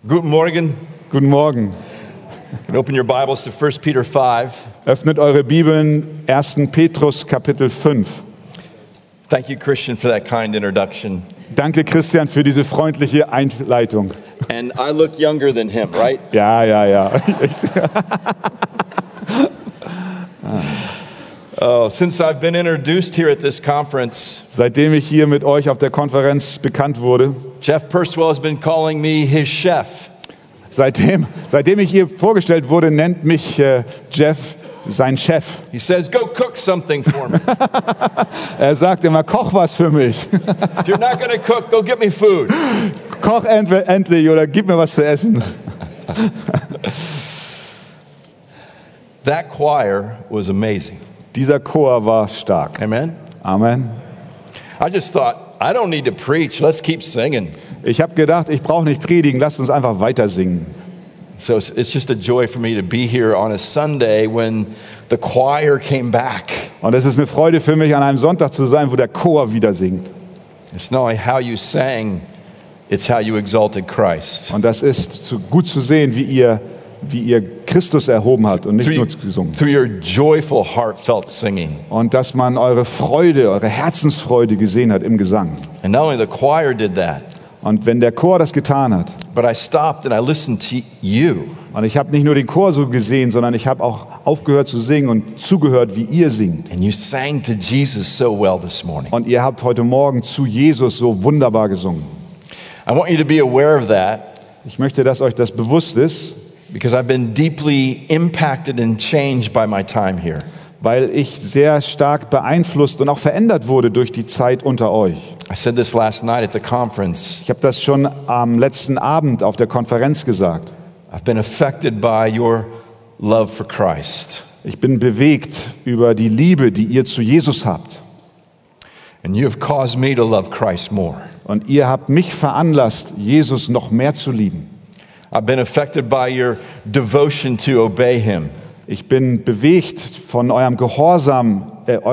Guten Morgen. Guten Morgen. You can open your Bibles to 1 Peter 5. Öffnet eure Bibeln, 1. Petrus, Kapitel 5. Thank you, Christian, for that kind introduction. Danke, Christian, für diese freundliche Einleitung. And I look younger than him, right? Ja. Oh, since I've been introduced here at this conference, Seitdem ich hier mit euch auf der Konferenz bekannt wurde, Jeff Percival has been calling me his chef. seitdem ich hier vorgestellt wurde, nennt mich Jeff sein Chef. He says, go cook something for me. Er sagt immer, koch was für mich. If you're not going to cook, go get me food. Koch endlich oder gib mir was zu essen. That choir was amazing. Dieser Chor war stark. Amen? Amen. I just thought, I don't need to preach. Let's keep singing. Ich habe gedacht, ich brauche nicht predigen, lasst uns einfach weiter singen. So it's just a joy for me to be here on a Sunday when the choir came back. Und es ist eine Freude für mich, an einem Sonntag zu sein, wo der Chor wieder singt. It's not only how you sang, it's how you exalted Christ. Und das ist gut zu sehen, wie ihr Christus erhoben habt und nicht nur gesungen. Through your joyful, heartfelt singing. Und dass man eure Freude, eure Herzensfreude gesehen hat im Gesang. And not only the choir did that, Und wenn der Chor das getan hat, but I stopped and I listened to you. und ich habe nicht nur den Chor so gesehen, sondern ich habe auch aufgehört zu singen und zugehört, wie ihr singt. And you sang to Jesus so well this morning. Und ihr habt heute Morgen zu Jesus so wunderbar gesungen. I want you to be aware of that Ich möchte, dass euch das bewusst ist, because I've been deeply impacted and changed by my time here. weil ich sehr stark beeinflusst und auch verändert wurde durch die Zeit unter euch. I said this last night at the conference. Ich habe das schon am letzten Abend auf der Konferenz gesagt. I've been affected by your love for Christ. Ich bin bewegt über die Liebe, die ihr zu Jesus habt. And you have caused me to love Christ more. Und ihr habt mich veranlasst, Jesus noch mehr zu lieben. I've been affected by your devotion to obey him. Ich bin bewegt von eurem Gehorsam,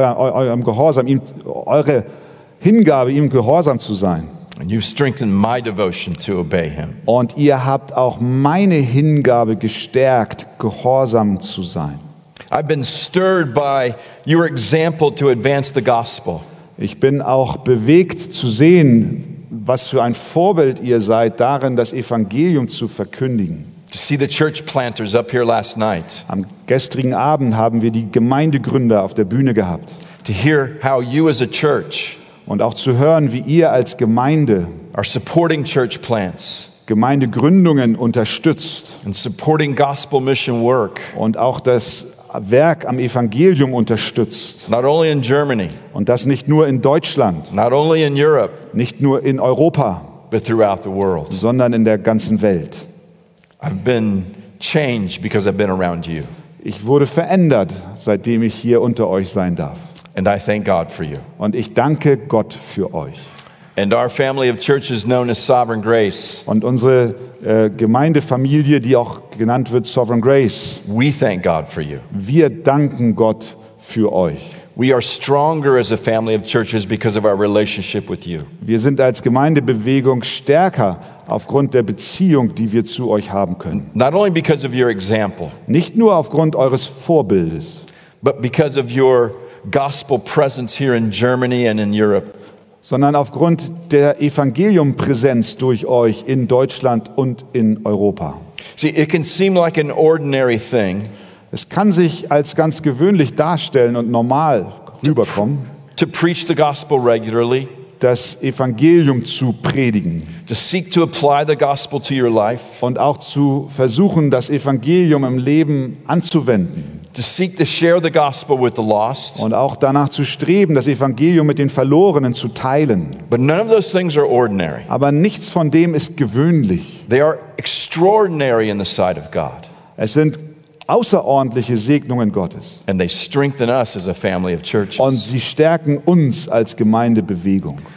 eure Hingabe, ihm gehorsam zu sein. And you've strengthened my devotion to obey him. Und ihr habt auch meine Hingabe gestärkt, gehorsam zu sein. I've been stirred by your example to advance the gospel. Ich bin auch bewegt zu sehen, was für ein Vorbild ihr seid, darin das Evangelium zu verkündigen. To see the church planters up here last night. Am gestrigen Abend haben wir die Gemeindegründer auf der Bühne gehabt. To hear how you as a church Und auch zu hören, wie ihr als Gemeinde are supporting church plants Gemeindegründungen unterstützt and supporting gospel mission work, und auch das Werk am Evangelium unterstützt. not only in Germany, Und das nicht nur in Deutschland, not only in Europe, nicht nur in Europa, but throughout the world. sondern in der ganzen Welt. I've been changed because I've been around you. Ich wurde verändert, seitdem ich hier unter euch sein darf. And I thank God for you. Und ich danke Gott für euch. And our family of churches known as Sovereign Grace, Und unsere Gemeindefamilie, die auch genannt wird Sovereign Grace, we thank God for you. wir danken Gott für euch. We are stronger as a family of churches because of our relationship with you. Wir sind als Gemeindebewegung stärker aufgrund der Beziehung, die wir zu euch haben können. Not only because of your example, Nicht nur aufgrund eures Vorbildes, but because of your gospel presence here in Germany and in Europe. sondern aufgrund der Evangeliumpräsenz durch euch in Deutschland und in Europa. See, it can seem like an ordinary thing Es kann sich als ganz gewöhnlich darstellen und normal rüberkommen, to preach the gospel regularly, das Evangelium zu predigen to seek to apply the gospel to your life, und auch zu versuchen, das Evangelium im Leben anzuwenden to seek to share the gospel with the lost. und auch danach zu streben, das Evangelium mit den Verlorenen zu teilen. But none of those things are ordinary. Aber nichts von dem ist gewöhnlich. They are extraordinary in the sight of God. Es sind außerordentliche Segnungen Gottes. And they strengthen us as a family of churches. Und sie stärken uns als Gemeindebewegung.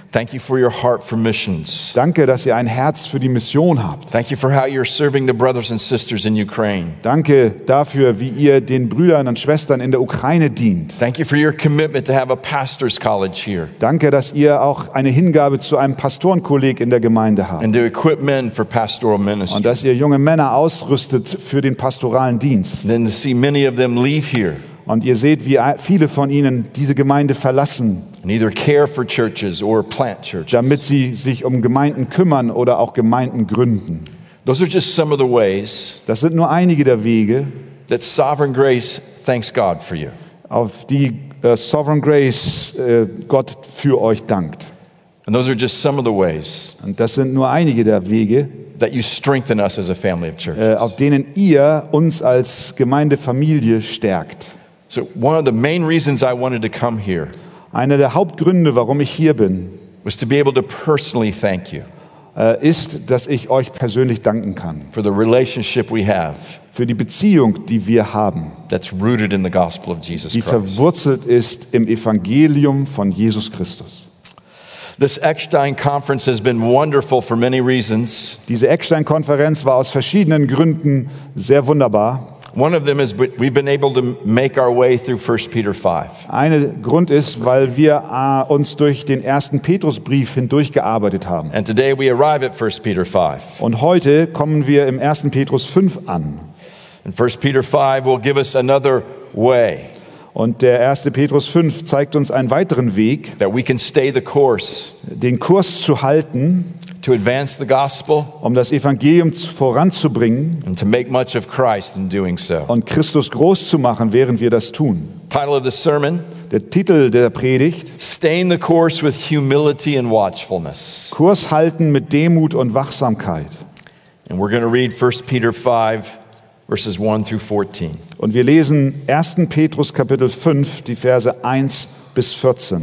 Thank you for your heart for missions. Danke, dass ihr ein Herz für die Mission habt. Thank you for how you're serving the brothers and sisters in Ukraine. Danke dafür, wie ihr den Brüdern und Schwestern in der Ukraine dient. Thank you for your commitment to have a pastor's college here Danke, dass ihr auch eine Hingabe zu einem Pastorenkolleg in der Gemeinde habt. and to equip men for pastoral ministry. Und dass ihr junge Männer ausrüstet für den pastoralen Dienst. And then to see many of them leave here Und ihr seht, wie viele von ihnen diese Gemeinde verlassen, and either care for churches or plant churches. damit sie sich um Gemeinden kümmern oder auch Gemeinden gründen. Those are just some of the ways Das sind nur einige der Wege, that Sovereign Grace thanks God for you. auf die Sovereign Grace Gott für euch dankt. And those are just some of the ways Und das sind nur einige der Wege, that you strengthen us as a family of churches. auf denen ihr uns als Gemeindefamilie stärkt. So one of the main reasons I wanted to come here Einer der Hauptgründe, warum ich hier bin, was to be able to personally thank you ist, dass ich euch persönlich danken kann for the relationship we have für die Beziehung, die wir haben, that's rooted in the gospel of Jesus die Christ. verwurzelt ist im Evangelium von Jesus Christus. This Eckstein Conference has been wonderful for many reasons. Diese Eckstein-Konferenz war aus verschiedenen Gründen sehr wunderbar. One of them is we've been able to make our way through 1 Peter 5. Ein Grund ist, weil wir uns durch den ersten Petrusbrief hindurchgearbeitet haben. And today we arrive at 1 Peter 5. Und heute kommen wir im 1. Petrus 5 an. And 1 Peter 5 will give us another way Und der 1. Petrus 5 zeigt uns einen weiteren Weg, that we can stay the course den Kurs zu halten, to advance the gospel um das Evangelium voranzubringen and to make much of Christ in doing so. und Christus groß zu machen, während wir das tun. Title of the sermon, Der Titel der Predigt: Staying the course with humility and watchfulness. Kurs halten mit Demut und Wachsamkeit. And we're going to read 1 Peter 5 verses 1 through 14. Und wir lesen 1. Petrus Kapitel 5, die Verse 1 bis 14.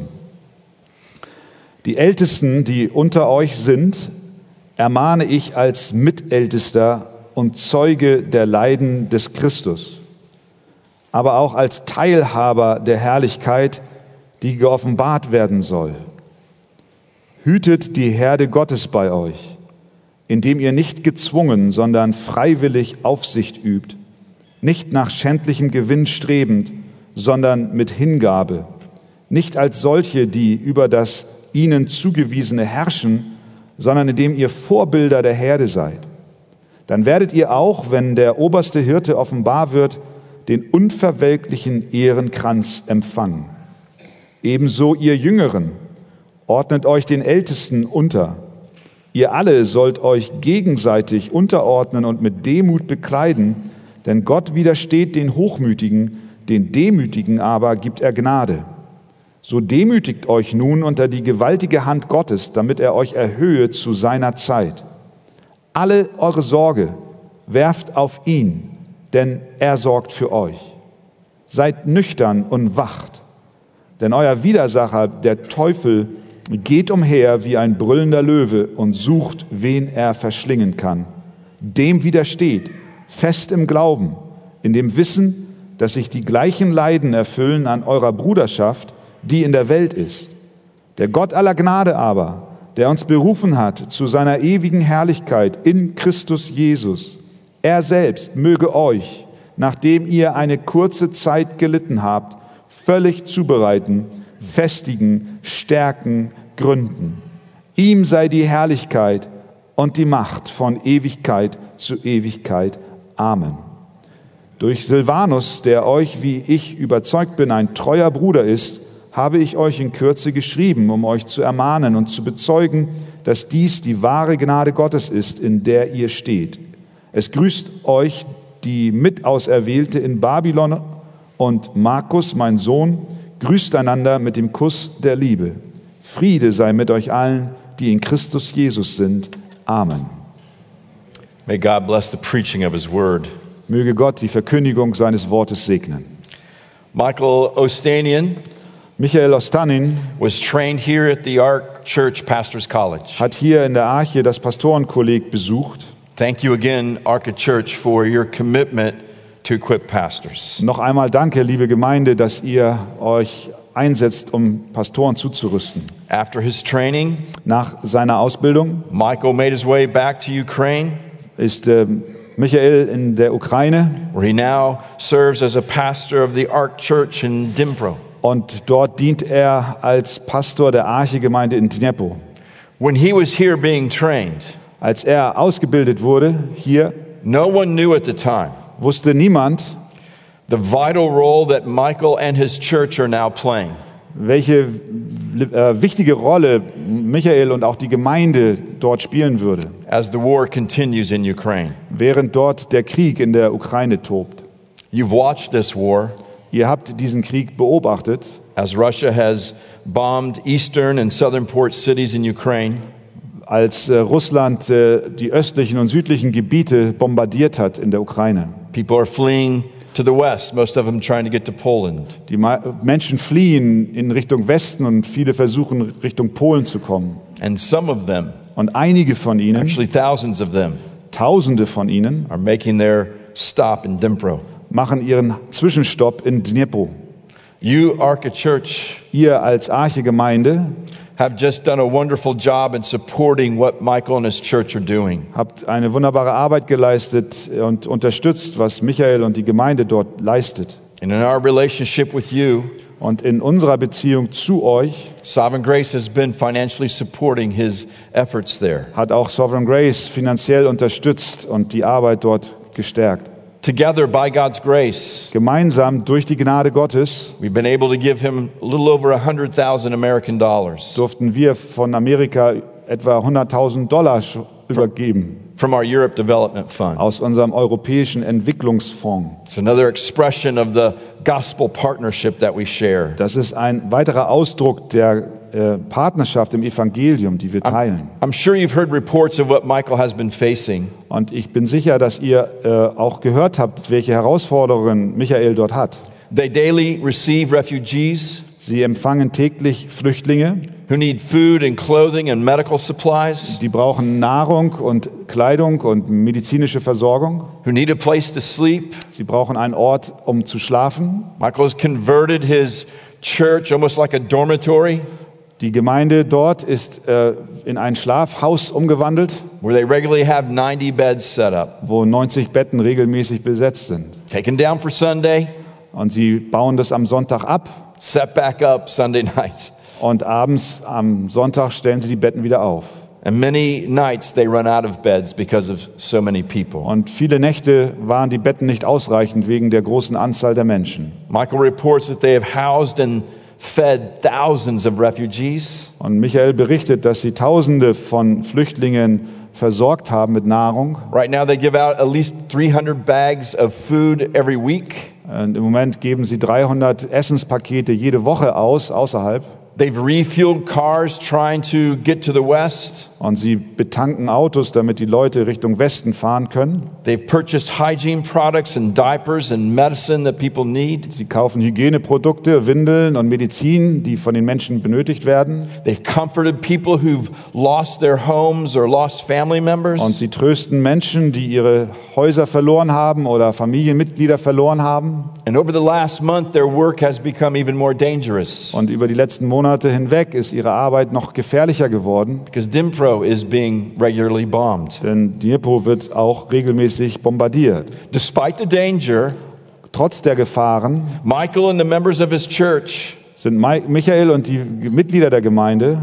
Die Ältesten, die unter euch sind, ermahne ich als Mitältester und Zeuge der Leiden des Christus, aber auch als Teilhaber der Herrlichkeit, die geoffenbart werden soll. Hütet die Herde Gottes bei euch, indem ihr nicht gezwungen, sondern freiwillig Aufsicht übt, nicht nach schändlichem Gewinn strebend, sondern mit Hingabe, nicht als solche, die über das ihnen zugewiesene herrschen, sondern indem ihr Vorbilder der Herde seid. Dann werdet ihr auch, wenn der oberste Hirte offenbar wird, den unverwelklichen Ehrenkranz empfangen. Ebenso ihr Jüngeren, ordnet euch den Ältesten unter. Ihr alle sollt euch gegenseitig unterordnen und mit Demut bekleiden, denn Gott widersteht den Hochmütigen, den Demütigen aber gibt er Gnade. So demütigt euch nun unter die gewaltige Hand Gottes, damit er euch erhöhe zu seiner Zeit. Alle eure Sorge werft auf ihn, denn er sorgt für euch. Seid nüchtern und wacht, denn euer Widersacher, der Teufel, geht umher wie ein brüllender Löwe und sucht, wen er verschlingen kann. Dem widersteht, fest im Glauben, in dem Wissen, dass sich die gleichen Leiden erfüllen an eurer Bruderschaft, die in der Welt ist. Der Gott aller Gnade aber, der uns berufen hat zu seiner ewigen Herrlichkeit in Christus Jesus, er selbst möge euch, nachdem ihr eine kurze Zeit gelitten habt, völlig zubereiten, festigen, stärken, gründen. Ihm sei die Herrlichkeit und die Macht von Ewigkeit zu Ewigkeit. Amen. Durch Silvanus, der euch, wie ich überzeugt bin, ein treuer Bruder ist, habe ich euch in Kürze geschrieben, um euch zu ermahnen und zu bezeugen, dass dies die wahre Gnade Gottes ist, in der ihr steht. Es grüßt euch die Mitauserwählte in Babylon und Markus, mein Sohn, grüßt einander mit dem Kuss der Liebe. Friede sei mit euch allen, die in Christus Jesus sind. Amen. May God bless the preaching of his word. Möge Gott die Verkündigung seines Wortes segnen. Michael Ostanian Michael Ostanin was trained here at the Ark Church Pastors College. hat hier in der Arche das Pastorenkolleg besucht. Thank you again, Arca Church, for your commitment to equip pastors. Noch einmal danke, liebe Gemeinde, dass ihr euch einsetzt, um Pastoren zuzurüsten. After his training, Nach seiner Ausbildung Michael made his way back to Ukraine, ist Michael in der Ukraine where he now serves as a pastor of the Ark Church in Dnipro. und dort dient er als Pastor der Arche-Gemeinde in Dnipro. When he was here being trained, Als er ausgebildet wurde hier, no one knew at the time wusste niemand, the vital role that Michael and his church are now playing. welche wichtige Rolle Michael und auch die Gemeinde dort spielen würde, As the war continues in Ukraine. während dort der Krieg in der Ukraine tobt. You've watched this war Ihr habt diesen Krieg beobachtet, as Russia has bombed eastern and southern port cities in Ukraine. als Russland die östlichen und südlichen Gebiete bombardiert hat in der Ukraine. People are fleeing to the west, most of them trying to get to Poland. Die Menschen fliehen in Richtung Westen und viele versuchen Richtung Polen zu kommen. And some of them, Und einige von ihnen, actually thousands of them, Tausende von ihnen, are making their stop in Dnipro. machen ihren Zwischenstopp in Dnipro. You, Arca Church, Ihr als Arche-Gemeinde have just done a wonderful job in supporting what Michael and his church are doing. habt eine wunderbare Arbeit geleistet und unterstützt, was Michael und die Gemeinde dort leistet. And in our relationship with you, Und in unserer Beziehung zu euch Sovereign Grace has been financially supporting his efforts there. hat auch Sovereign Grace finanziell unterstützt und die Arbeit dort gestärkt. Together, by God's grace, Gemeinsam durch die Gnade Gottes we've been able to give him a little over 100,000 American dollars durften wir von Amerika etwa 100.000 Dollar übergeben from our Europe Development Fund. aus unserem europäischen Entwicklungsfonds. It's another expression of the gospel partnership that we share. Das ist ein weiterer Ausdruck der Partnerschaft im Evangelium, die wir teilen. I'm sure you've heard reports of what Michael has been facing. Und ich bin sicher, dass ihr auch gehört habt, welche Herausforderungen Michael dort hat. They daily receive refugees Sie empfangen täglich Flüchtlinge, who need food and clothing and medical supplies, die brauchen Nahrung und Kleidung und medizinische Versorgung. who need a place to sleep. Sie brauchen einen Ort, um zu schlafen. Michael has converted his church almost like a dormitory, Die Gemeinde dort ist in ein Schlafhaus umgewandelt, where they regularly have 90 beds set up. wo 90 Betten regelmäßig besetzt sind. Taken down for Sunday, Und sie bauen das am Sonntag ab set back up Sunday night. und abends am Sonntag stellen sie die Betten wieder auf. And many nights they run out of beds because of so many people. Und viele Nächte waren die Betten nicht ausreichend wegen der großen Anzahl der Menschen. Michael reports that they have housed and fed thousands of refugees. Und Michael berichtet, dass sie Tausende von Flüchtlingen versorgt haben mit Nahrung. Right now they give out at least 300 bags of food every week. Und im Moment geben sie 300 Essenspakete jede Woche aus, außerhalb. They've refueled cars trying to get to the west. Und sie betanken Autos, damit die Leute Richtung Westen fahren können. They've purchased hygiene products and diapers and medicine that people need. Sie kaufen Hygieneprodukte, Windeln und Medizin, die von den Menschen benötigt werden. They've comforted people who've lost their homes or lost family members. Und sie trösten Menschen, die ihre Häuser verloren haben oder Familienmitglieder verloren haben. And over the last month, their work has become even more dangerous Und über die letzten Monate hinweg ist ihre Arbeit noch gefährlicher geworden. because Dnipro is being regularly bombed. Denn Dnipro wird auch regelmäßig bombardiert. Despite the danger, Trotz der Gefahren Michael and the members of his church sind Michael und die Mitglieder der Gemeinde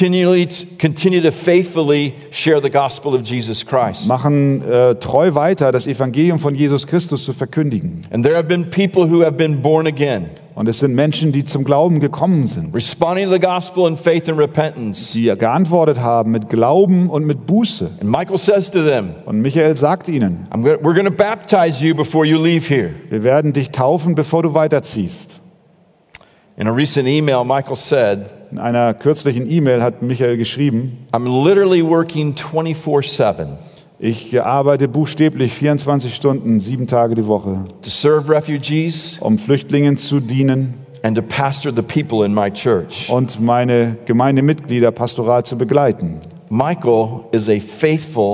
continue to faithfully share the gospel of Jesus Christ. machen treu weiter, das Evangelium von Jesus Christus zu verkündigen. And there have been people who have been born again, Und es sind Menschen, die zum Glauben gekommen sind, responding to the gospel in faith and repentance. die geantwortet haben mit Glauben und mit Buße. And Michael says to them, Und Michael sagt ihnen, we're going to baptize you before you leave here. wir werden dich taufen, bevor du weiterziehst. In a recent email, Michael said, In einer kürzlichen E-Mail hat Michael geschrieben, I'm literally working 24/7 ich arbeite buchstäblich 24 Stunden, 7 Tage die Woche, to serve refugees um Flüchtlingen zu dienen and to pastor the people in my church. und meine Gemeindemitglieder pastoral zu begleiten. Michael is a faithful,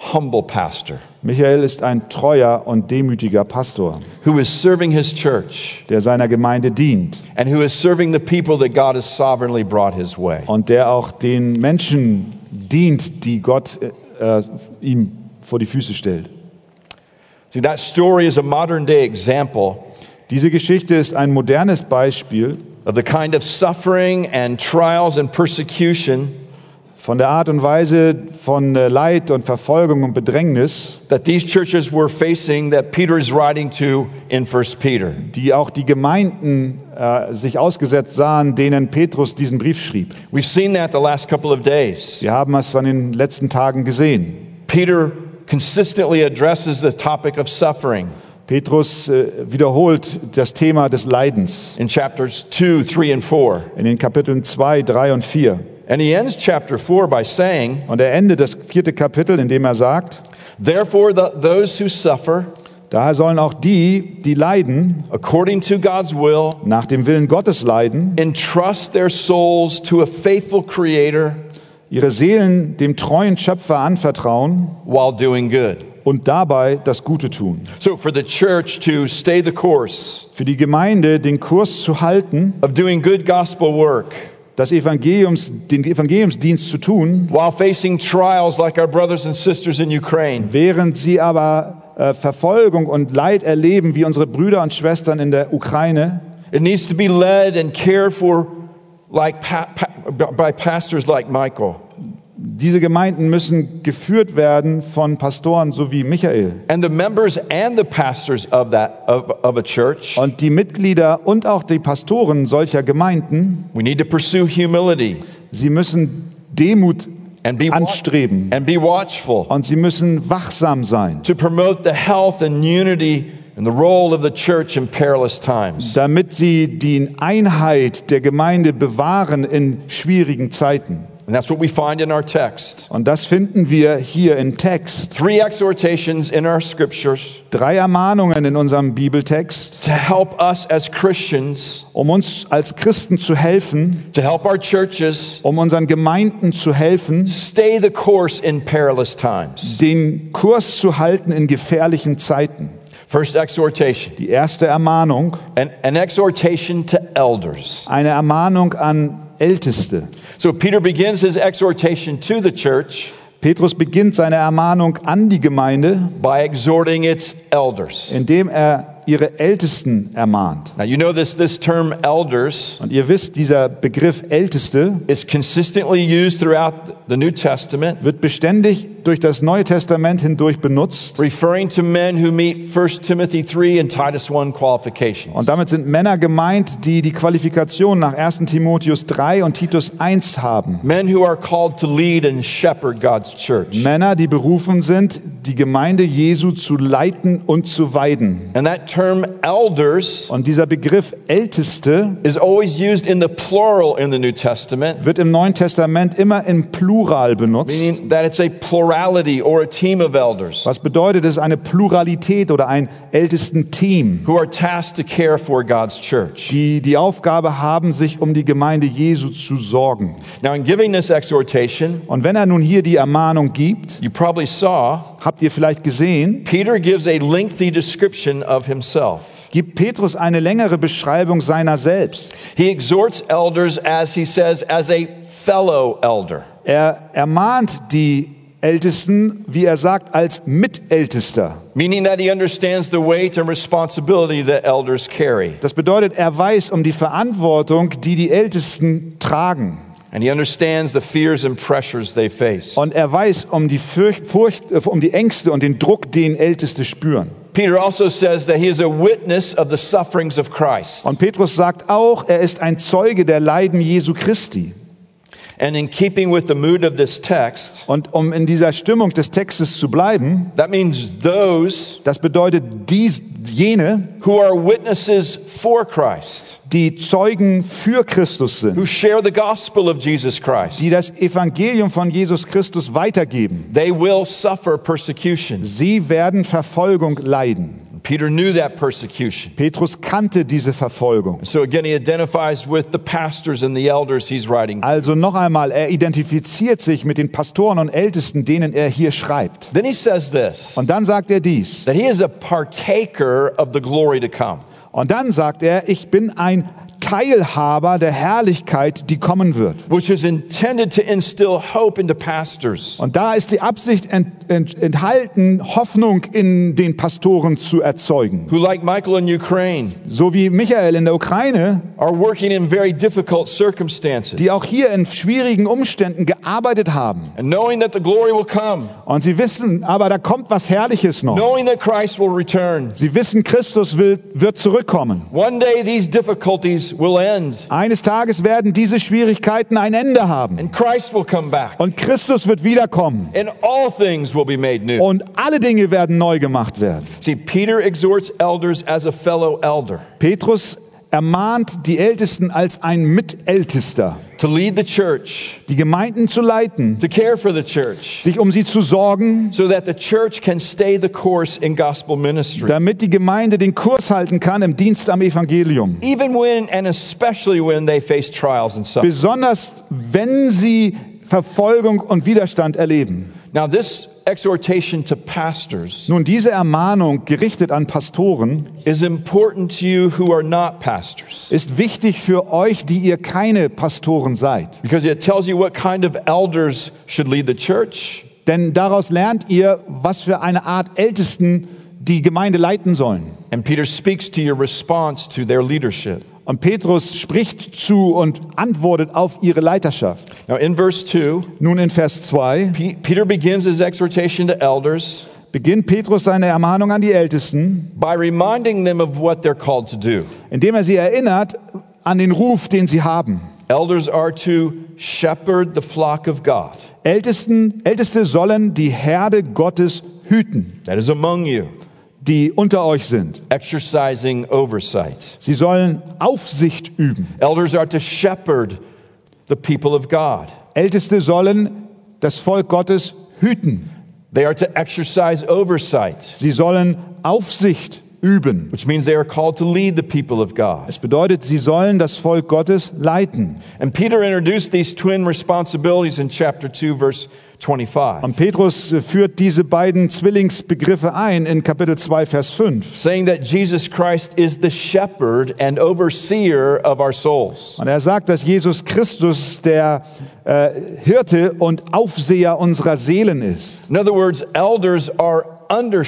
humble pastor Michael ist ein treuer und demütiger Pastor, who is serving his church der seiner Gemeinde dient and who is serving the people that God has sovereignly brought his way. und der auch den Menschen dient, die Gott ihm vor die Füße stellt. See, that story is a modern day example Diese Geschichte ist ein modernes Beispiel of the kind of suffering and trials and persecution von der Art und Weise von Leid und Verfolgung und Bedrängnis, that these churches were facing that Peter is writing to in 1 Peter. die auch die Gemeinden sich ausgesetzt sahen, denen Petrus diesen Brief schrieb. We've seen that the last couple of days. Wir haben es an den letzten Tagen gesehen. Peter consistently addresses the topic of suffering Petrus wiederholt das Thema des Leidens in chapters 2, 3, and 4. in den Kapiteln 2, 3 und 4. And he ends chapter 4 by saying, Und er endet das 4. Kapitel, indem er sagt, therefore those who suffer daher sollen auch die, die leiden, according to God's will, nach dem Willen Gottes leiden, entrust their souls to a faithful Creator ihre Seelen dem treuen Schöpfer anvertrauen while doing good. und dabei das Gute tun. So for the church to stay the course Für die Gemeinde den Kurs zu halten, of doing good gospel work den Evangeliumsdienst zu tun, while facing trials like our brothers and sisters in Ukraine, während sie aber Verfolgung und Leid erleben, wie unsere Brüder und Schwestern in der Ukraine. it needs to be led and cared for like by pastors like Michael. Diese Gemeinden müssen geführt werden von Pastoren so wie Michael. And the members and the pastors of a church, Und die Mitglieder und auch die Pastoren solcher Gemeinden, we need to pursue humility sie müssen Demut and be anstreben watchful und sie müssen wachsam sein, to promote the health and unity and the role of the church in perilous times. damit sie die Einheit der Gemeinde bewahren in schwierigen Zeiten. And that's what we find in our text. Und das finden wir hier im Text. 3 exhortations in our scriptures 3 Ermahnungen in unserem Bibeltext, to help us as Christians, um uns als Christen zu helfen, to help our churches um unseren Gemeinden zu helfen, stay the course in perilous times. den Kurs zu halten in gefährlichen Zeiten. First exhortation, Die erste Ermahnung, an exhortation to elders. eine Ermahnung an Älteste. So Peter begins his exhortation to the church Petrus beginnt seine Ermahnung an die Gemeinde, by exhorting its elders. indem er ihre Ältesten ermahnt. Now you know this term elders Und ihr wisst, dieser Begriff Älteste is consistently used throughout the New Testament, wird beständig durch das Neue Testament hindurch benutzt. referring to men who meet 1 Timothy 3 and Titus 1 qualifications. Und damit sind Männer gemeint, die die Qualifikation nach 1. Timotheus 3 und Titus 1 haben. Men who are called to lead and shepherd God's church. Männer, die berufen sind, die Gemeinde Jesu zu leiten und zu weiden. And that term elders Und dieser Begriff Älteste is always used in the plural in the New Testament, wird im Neuen Testament immer im Plural benutzt. meaning that it's a plurality or a team of elders Was bedeutet es, eine Pluralität oder ein Ältesten-Team, who are tasked to care for God's church. die die Aufgabe haben, sich um die Gemeinde Jesu zu sorgen. Now, in giving this exhortation, Und wenn er nun hier die Ermahnung gibt, you probably saw habt ihr vielleicht gesehen, Peter gives a lengthy description of himself. gibt Petrus eine längere Beschreibung seiner selbst. He exhorts elders, as he says, as a fellow elder. Er ermahnt die Ältesten, wie er sagt, als Mitältester. Meaning that he understands the weight and responsibility that elders carry. Das bedeutet, er weiß um die Verantwortung, die die Ältesten tragen. And he understands the fears and pressures they face. Und er weiß um die um die Ängste und den Druck, den Älteste spüren. Peter also says that he is a witness of the sufferings of Christ. Und Petrus sagt auch, er ist ein Zeuge der Leiden Jesu Christi. And in keeping with the mood of this text, Und um in dieser Stimmung des Textes zu bleiben, that means those das bedeutet jene, who are witnesses for Christ, die Zeugen für Christus who sind, share the gospel of Jesus Christ. die das Evangelium von Jesus Christus weitergeben. They will suffer persecution. Sie werden Verfolgung leiden. Peter knew that persecution. Petrus kannte diese Verfolgung. So again, he identifies with the pastors and the elders he's writing to. Also noch einmal, er identifiziert sich mit den Pastoren und Ältesten, denen er hier schreibt. Then he says this, Und dann sagt er dies. that he is a partaker of the glory to come. Und dann sagt er, ich bin ein Teilhaber der Herrlichkeit, die kommen wird. Which is intended to instill hope into pastors. Und da ist die Absicht enthalten, Hoffnung in den Pastoren zu erzeugen. Who, like Michael in Ukraine, So wie Michael in der Ukraine, are working in very difficult circumstances. die auch hier in schwierigen Umständen gearbeitet haben. And knowing that the glory will come. Und sie wissen, aber da kommt was Herrliches noch. Knowing that Christ will return. Sie wissen, Christus wird zurückkommen. One day these difficulties will end. Eines Tages werden diese Schwierigkeiten ein Ende haben. And Christ will come back. Und Christus wird wiederkommen. And all things will be made new. Und alle Dinge werden neu gemacht werden. See, Peter exhorts elders as a fellow elder Petrus ermahnt die Ältesten als ein Mitältester, to lead the church, die Gemeinden zu leiten, to care for the church, sich um sie zu sorgen, so that the church can stay the course in gospel ministry. damit die Gemeinde den Kurs halten kann im Dienst am Evangelium. Even when and especially when they face trials and suffering. Besonders wenn sie Verfolgung und Widerstand erleben. Now, this exhortation to pastors Nun, diese Ermahnung, gerichtet an Pastoren, is important to you who are not pastors, ist wichtig für euch, die ihr keine Pastoren seid. because it tells you what kind of elders should lead the church, Denn daraus lernt ihr, was für eine Art Ältesten die Gemeinde leiten sollen. and Peter speaks to your response to their leadership. Und Petrus spricht zu und antwortet auf ihre Leiterschaft. Now, in verse 2, Nun in Vers 2 Peter begins his exhortation to elders beginnt Petrus seine Ermahnung an die Ältesten, by reminding them of what they're called to do. indem er sie erinnert an den Ruf, den sie haben. Elders are to shepherd the flock of God Älteste sollen die Herde Gottes hüten, that is among you, die unter euch sind. exercising oversight. Sie sollen Aufsicht üben. Elders are to shepherd the people of God. Älteste sollen das Volk Gottes hüten. They are to exercise oversight, Sie sollen Aufsicht üben. which means they are called to lead the people of God. Es bedeutet, sie sollen das Volk Gottes leiten. And Peter introduced these twin responsibilities in chapter 2, verse 25, Und Petrus führt diese beiden Zwillingsbegriffe ein in Kapitel 2, Vers 5. saying that Jesus Christ is the shepherd and overseer of our souls. Und er sagt, dass Jesus Christus der Hirte und Aufseher unserer Seelen ist. In other words, elders are under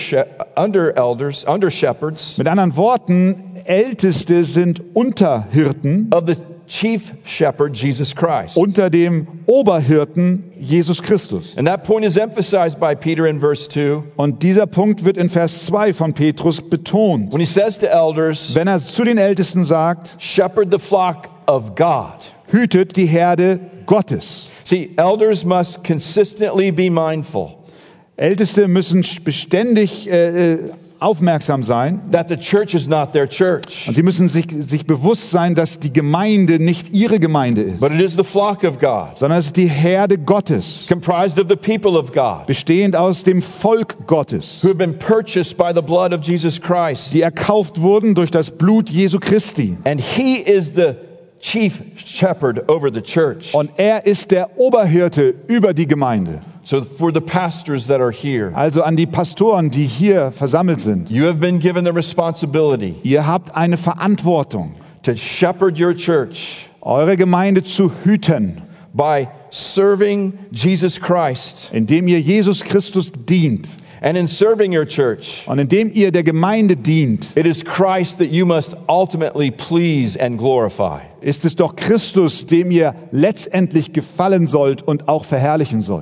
shepherds Mit anderen Worten, Älteste sind Unterhirten of the chief shepherd, Jesus Christ. unter dem Oberhirten Jesus Christus. And that point is emphasized by Peter in verse 2 Und dieser Punkt wird in Vers 2 von Petrus betont, when he says to elders, wenn er zu den Ältesten sagt, shepherd the flock of God. hütet die Herde Gottes. See, elders must consistently be mindful Älteste müssen beständig aufmerksam sein that the church is not their church, und sie müssen sich bewusst sein, dass die Gemeinde nicht ihre Gemeinde ist, but it is the flock of God, sondern es ist die Herde Gottes, comprised of the people of God, bestehend aus dem Volk Gottes, who have been purchased by the blood of Jesus Christ. die erkauft wurden durch das Blut Jesu Christi. And he is the chief shepherd over the church. Und er ist der Oberhirte über die Gemeinde. So for the pastors that are here, Also an die Pastoren, die hier versammelt sind. you have been given the responsibility Ihr habt eine Verantwortung, to shepherd your church eure Gemeinde zu hüten, by serving Jesus Christ. indem ihr Jesus Christus dient. And in serving your church, Und indem ihr der Gemeinde dient, it is Christ that you must ultimately please and glorify. ist es doch Christus, dem ihr letztendlich gefallen sollt und auch verherrlichen sollt.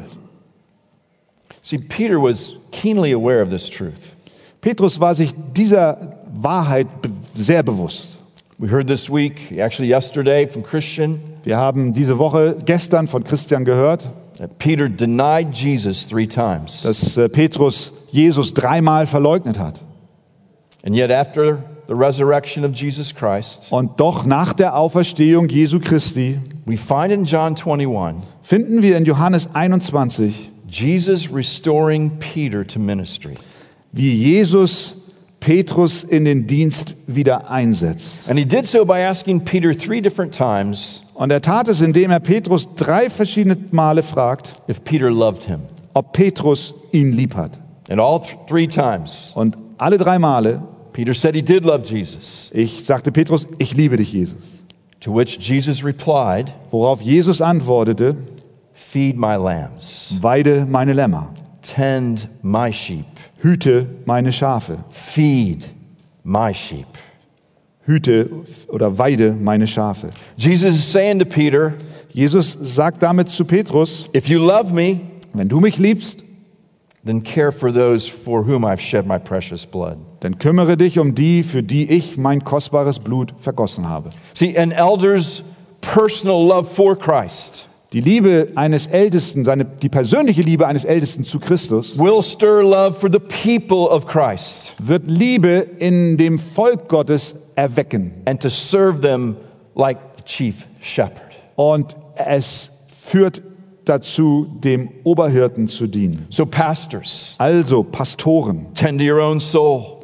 See, Peter was keenly aware of this truth. Petrus war sich dieser Wahrheit sehr bewusst. We heard this week, actually yesterday, from Christian, Wir haben diese Woche gestern von Christian gehört, that Peter denied Jesus 3 times. dass Petrus Jesus 3-mal verleugnet hat. And yet after the resurrection of Jesus Christ, Und doch nach der Auferstehung Jesu Christi we find in John 21, finden wir in Johannes 21, Jesus restoring Peter to ministry. wie Jesus Petrus in den Dienst wieder einsetzt. And he did so by asking Peter 3 different times Und er tat es, indem er Petrus 3 verschiedene Male fragt, if Peter loved him. ob Petrus ihn lieb hat. And all 3 times, Und alle 3 Male, Peter said he did love Jesus. sagte Petrus, ich liebe dich, Jesus. To which Jesus replied, Worauf Jesus antwortete, feed my lambs, weide meine Lämmer, tend my sheep, hüte meine Schafe, feed my sheep. hüte oder weide meine Schafe. Jesus is saying to Peter, Jesus sagt damit zu Petrus, if you love me, wenn du mich liebst, then care for those for whom I've shed my precious blood. dann kümmere dich um die, für die ich mein kostbares Blut vergossen habe. See, an elder's personal love for Christ Die Liebe eines Ältesten, die persönliche Liebe eines Ältesten zu Christus, will stir love for the people of Christ wird Liebe in dem Volk Gottes erwecken. and to serve them like the chief shepherd. Und es führt dazu, dem Oberhirten zu dienen. So pastors, Also Pastoren, tend to your own soul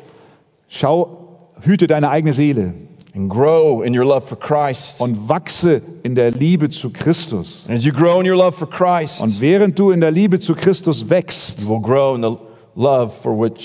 hüte deine eigene Seele and grow in your love for Christ. und wachse in der Liebe zu Christus. And as you grow in your love for Christ, Und während du in der Liebe zu Christus wächst, you will grow in the love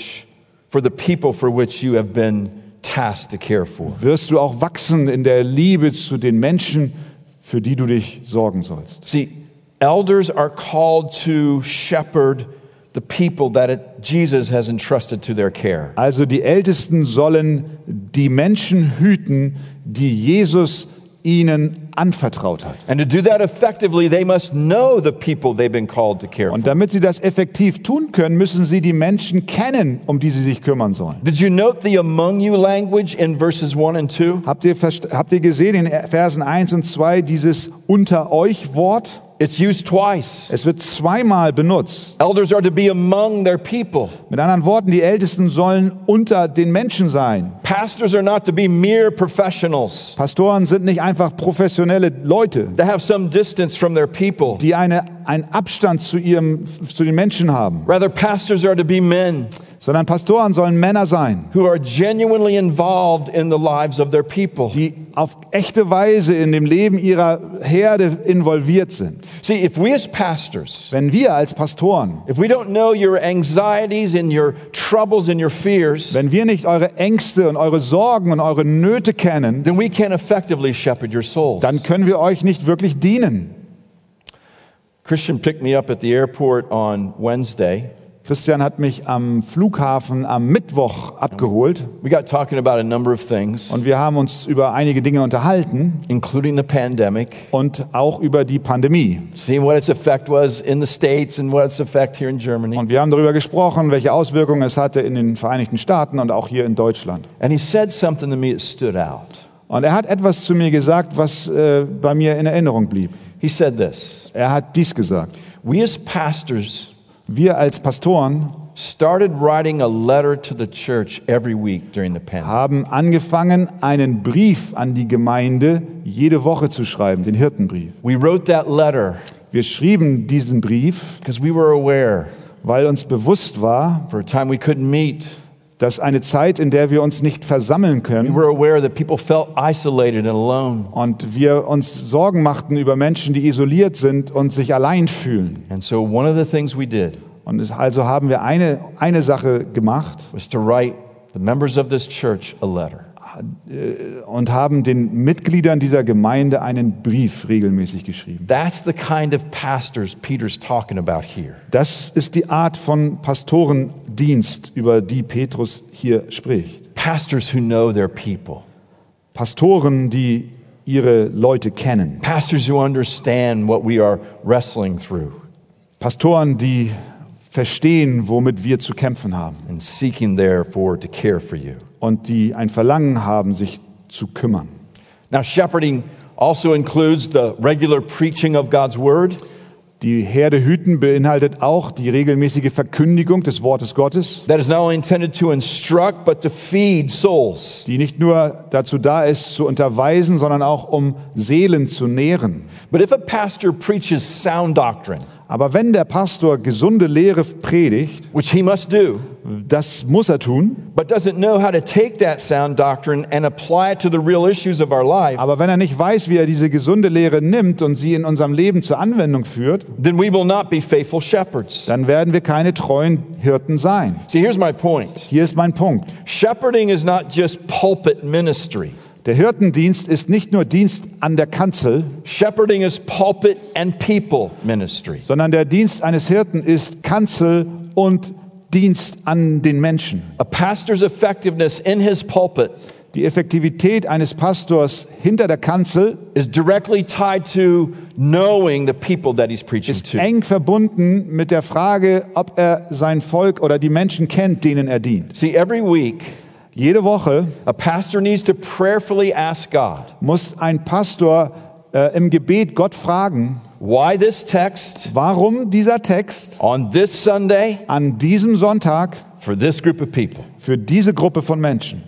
for the people for which you have been tasked to care for. wirst du auch wachsen in der Liebe zu den Menschen, für die du dich sorgen sollst. See, elders are called to shepherd the people that Jesus has entrusted to their care. Also die Ältesten sollen die Menschen hüten, die Jesus ihnen anvertraut hat. And to do that effectively, they must know the people they've been called to care for. Und damit sie das effektiv tun können, müssen sie die Menschen kennen, um die sie sich kümmern sollen. Did you note the among you language in verses 1 and 2? Habt ihr gesehen in Versen 1 und 2 dieses unter euch Wort? It's used twice. Es wird zweimal benutzt. Elders are to be among their people. Mit anderen Worten, die Ältesten sollen unter den Menschen sein. Pastors are not to be mere professionals Pastoren sind nicht einfach professionelle Leute, that have some distance from their people. die einen Abstand zu den Menschen haben, Rather, pastors are to be men sondern Pastoren sollen Männer sein, who are genuinely involved in the lives of their people. die auf echte Weise in dem Leben ihrer Herde involviert sind. See, if we as pastors, Wenn wir als Pastoren, if we don't know your anxieties and your troubles and your fears, wenn wir nicht eure Ängste und eure Sorgen und eure Nöte kennen, then we can't effectively shepherd your souls. dann können wir euch nicht wirklich dienen. Christian picked me up at the airport on Wednesday. Christian hat mich am Flughafen am Mittwoch abgeholt We got talking about a number of things, und wir haben uns über einige Dinge unterhalten including the pandemic, und auch über die Pandemie. seeing what its effect was in the States and what its effect here in Germany. Und wir haben darüber gesprochen, welche Auswirkungen es hatte in den Vereinigten Staaten und auch hier in Deutschland. And he said something to me that stood out. Und er hat etwas zu mir gesagt, was bei mir in Erinnerung blieb. He said this: Er hat dies gesagt. we as pastors Wir als Pastoren started writing a letter to the church every week during the pandemic. haben angefangen, einen Brief an die Gemeinde jede Woche zu schreiben, den Hirtenbrief. We wrote that letter Wir schrieben diesen Brief, because we were aware weil uns bewusst war, for a time we couldn't meet. dass eine Zeit, in der wir uns nicht versammeln We können were aware that people felt isolated and alone. und wir uns Sorgen machten über Menschen, die isoliert sind und sich allein fühlen. And so one of the things we did Und also haben wir eine Sache gemacht was to write the members of this church a letter. und haben den Mitgliedern dieser Gemeinde einen Brief regelmäßig geschrieben. That's the kind of pastors Peter's talking about here. Das ist die Art von Pastorendienst, über die Petrus hier spricht. Pastors who know their people. Pastoren, die ihre Leute kennen. Pastors who understand what we are wrestling through Pastoren, die verstehen, womit wir zu kämpfen haben and seeking therefore to care for you. und die ein Verlangen haben, sich zu kümmern. Now, shepherding also includes the regular preaching of God's word. Die Herde hüten beinhaltet auch die regelmäßige Verkündigung des Wortes Gottes, That is not only intended to instruct, but to feed souls. die nicht nur dazu da ist, zu unterweisen, sondern auch um Seelen zu nähren. But if a pastor preaches sound doctrine, Aber wenn der Pastor gesunde Lehre predigt, which he must do, das muss er tun, but doesn't know how to take that sound doctrine and apply it to the real issues of our life, aber wenn er nicht weiß, wie er diese gesunde Lehre nimmt und sie in unserem Leben zur Anwendung führt, then we will not be faithful shepherds. dann werden wir keine treuen Hirten sein. See, here's my point. Hier ist mein Punkt. Shepherding is not just pulpit ministry. Der Hirtendienst ist nicht nur Dienst an der Kanzel, Shepherding is pulpit and people ministry. sondern der Dienst eines Hirten ist Kanzel und Dienst an den Menschen. A pastor's effectiveness in his pulpit Die Effektivität eines Pastors hinter der Kanzel is directly tied to knowing the people that he's preaching ist to. eng verbunden mit der Frage, ob er sein Volk oder die Menschen kennt, denen er dient. See, every week, Jede Woche a pastor needs to prayerfully ask God, muss ein Pastor im Gebet Gott fragen, why this text warum dieser Text on this Sunday an diesem Sonntag for this group of people. für diese Gruppe von Menschen.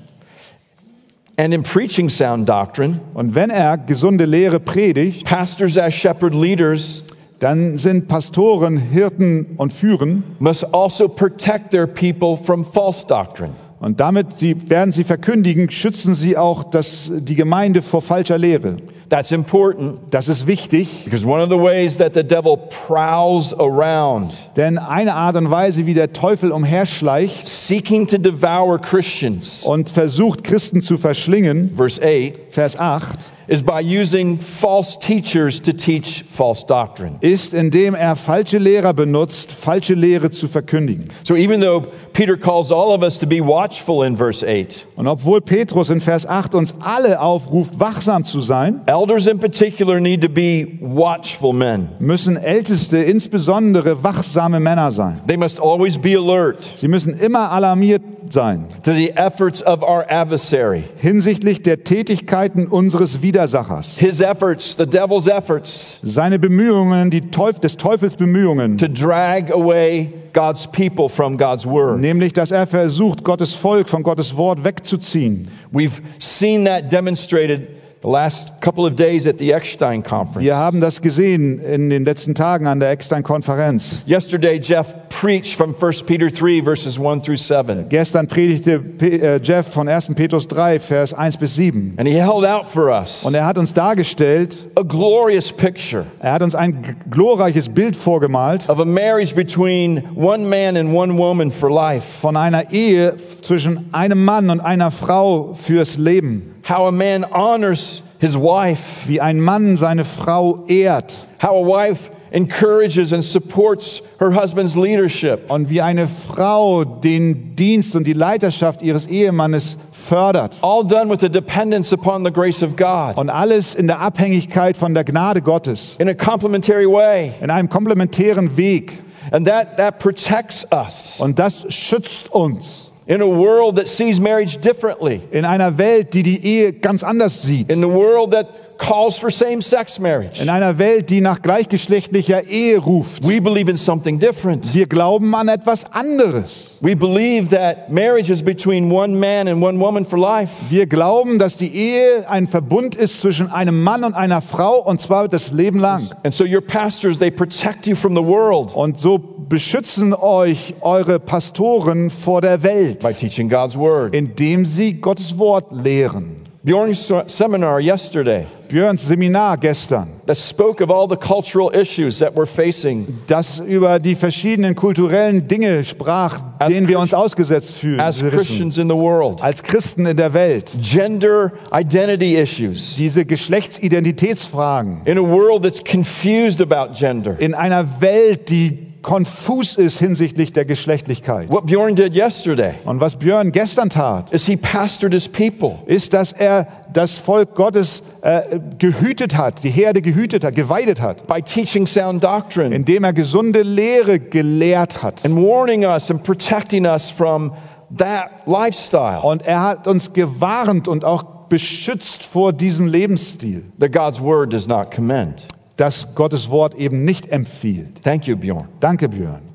And in preaching sound doctrine, Und wenn er gesunde Lehre predigt, pastors as shepherd leaders dann sind Pastoren, Hirten und Führen must also protect their people from false doctrine. und damit werden sie verkündigen, schützen sie auch die Gemeinde vor falscher Lehre. That's important Das ist wichtig, because one of the ways that the devil prowls around denn eine Art und Weise, wie der Teufel umherschleicht seeking to devour Christians, und versucht, Christen zu verschlingen, verse 8, Vers 8, is by using false teachers to teach false doctrine. ist, indem er falsche Lehrer benutzt, falsche Lehre zu verkündigen. So even though Peter calls all of us to be watchful in verse 8, Und obwohl Petrus in Vers 8 uns alle aufruft, wachsam zu sein, elders in particular need to be watchful men. müssen Älteste insbesondere wachsame Männer sein. They must always be alert Sie müssen immer alarmiert sein to the efforts of our adversary. hinsichtlich der Tätigkeiten unseres Widersachers. His efforts, the devil's efforts, Seine Bemühungen, des Teufels Bemühungen, to drag away God's people from God's word. nämlich, dass er versucht, Gottes Volk von Gottes Wort wegzuziehen. We've seen that demonstrated the last couple of days at the Eckstein Conference. Wir haben das gesehen in den letzten Tagen an der Eckstein-Konferenz. Yesterday, Jeff preached from 1 Peter 3, verses 1 through 7. Gestern predigte Jeff von 1. Petrus 3, Vers 1 bis 7. And he held out for us Und er hat uns dargestellt, a glorious picture er hat uns ein glorreiches Bild vorgemalt of a marriage between one man and one woman for life. von einer Ehe zwischen einem Mann und einer Frau fürs Leben. How a man honors his wife. Wie ein Mann seine Frau ehrt. How a wife encourages and supports her husband's leadership. Und wie eine Frau den Dienst und die Leiterschaft ihres Ehemannes fördert. All done with a dependence upon the grace of God. Und alles in der Abhängigkeit von der Gnade Gottes. In a complementary way. In einem komplementären Weg. And that protects us. Und das schützt uns. In a world that sees marriage differently. In einer Welt, die die Ehe ganz anders sieht. In the world that calls for same-sex marriage. In einer Welt, die nach gleichgeschlechtlicher Ehe ruft. We believe in something different. Wir glauben an etwas anderes. We believe that marriage is between one man and one woman for life. Wir glauben, dass die Ehe ein Verbund ist zwischen einem Mann und einer Frau und zwar das Leben lang. And so your pastors, they protect you from the world Und so beschützen euch eure Pastoren vor der Welt, by teaching God's word. indem sie Gottes Wort lehren. Bjorn's seminar yesterday Björns Seminar gestern, that spoke of all the cultural issues that we're facing das über die verschiedenen kulturellen Dinge sprach, denen wir uns ausgesetzt fühlen, as wissen, Christians in the world. als Christen in der Welt. Gender identity issues. Diese Geschlechtsidentitätsfragen In a world that's confused about gender. in einer Welt, die konfus ist hinsichtlich der Geschlechtlichkeit. What Bjorn did yesterday Und was Björn gestern tat, is he pastored his people ist, dass er das Volk Gottes gehütet hat, die Herde gehütet hat, geweidet hat, by teaching sound doctrine indem er gesunde Lehre gelehrt hat. and warning us and protecting us from that lifestyle Und er hat uns gewarnt und auch beschützt vor diesem Lebensstil, that God's word does not commend. das Gottes Wort eben nicht empfiehlt. Thank you, Bjorn. Danke, Björn.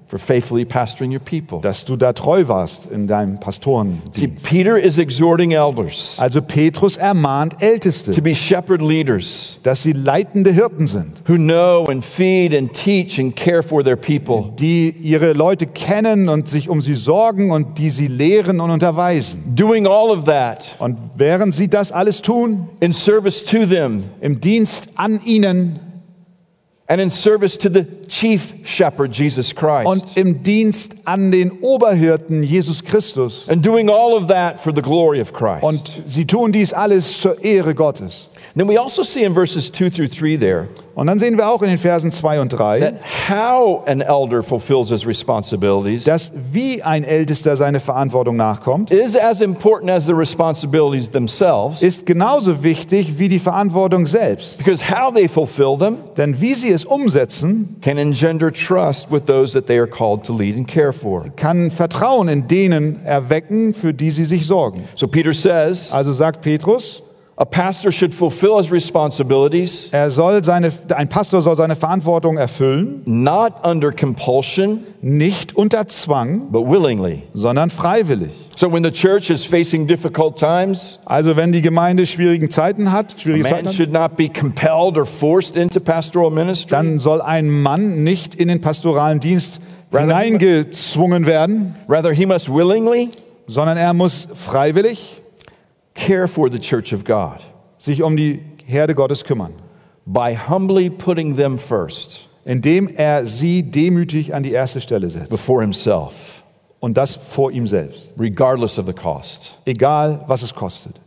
for faithfully pastoring your people. dass du da treu warst in deinem See, Pastorendienst. Peter is exhorting elders Also Petrus ermahnt to Älteste, be shepherd leaders dass sie leitende Hirten sind, who know and feed and teach and care for their people, die ihre Leute kennen und sich um sie sorgen und die sie lehren und unterweisen. doing all of that Und während sie das alles tun, in service to them im Dienst an ihnen and in service to the chief shepherd, Jesus Christ. und im Dienst an den Oberhirten Jesus Christus. And doing all of that for the glory of Christ. Und sie tun dies alles zur Ehre Gottes. Then we also see in verses 2 through 3 there Und dann sehen wir auch in den Versen 2 und 3, that how an elder fulfills his responsibilities dass wie ein Ältester seine Verantwortung nachkommt, is as important as the responsibilities themselves, ist genauso wichtig wie die Verantwortung selbst. because how they fulfill them Denn wie sie es umsetzen, can engender trust with those that they are called to lead and care for. kann Vertrauen in denen erwecken, für die sie sich sorgen. So Peter says, Also sagt Petrus, a pastor should fulfill his responsibilities ein Pastor soll seine Verantwortung erfüllen, not under compulsion, nicht unter Zwang, but willingly. sondern freiwillig. So when the church is facing difficult times, Also wenn die Gemeinde schwierige a Zeiten man hat, should not be compelled or forced into pastoral ministry. dann soll ein Mann nicht in den pastoralen Dienst hineingezwungen werden, Rather, he must willingly sondern er muss freiwillig care for the church of God sich um die Herde Gottes kümmern, by humbly putting them first indem er sie demütig an die erste Stelle setzt. before himself, Und das vor ihm selbst, regardless of the cost. egal was es kostet.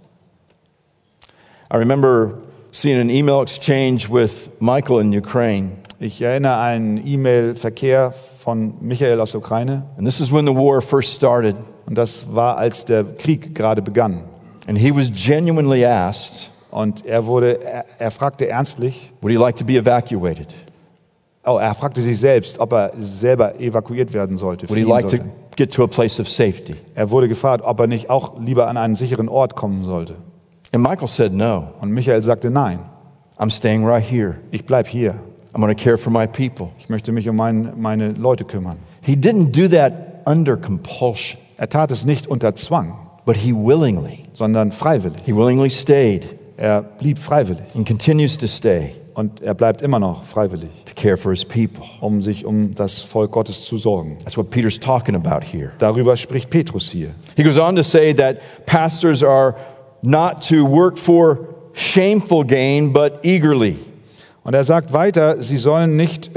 I remember seeing an email exchange with Michael in Ukraine, Ich erinnere an einen E-Mail-Verkehr von Michael aus der Ukraine. and this is when the war first started, Und das war, als der Krieg gerade begann. and he was genuinely asked, Und er fragte ernstlich, would he like to be evacuated? er fragte sich selbst, ob er selber evakuiert werden sollte. Would he fliehen like to sollte. get to a place of safety? Er wurde gefragt, ob er nicht auch lieber an einen sicheren Ort kommen sollte. And Michael said, no, Und Michael sagte, nein, I'm staying right here. ich bleib hier. I'm going to care for my people. Ich möchte mich um meine Leute kümmern. He didn't do that under compulsion, Er tat es nicht unter Zwang, but he sondern freiwillig. willingly stayed Er blieb freiwillig and continues to stay und er bleibt immer noch freiwillig, to care for his people. um sich um das Volk Gottes zu sorgen. That's what Peter's talking about here. Darüber spricht Petrus hier. He goes on to say that pastors are not to work for shameful gain, but eagerly. Und er sagt weiter, sie sollen nicht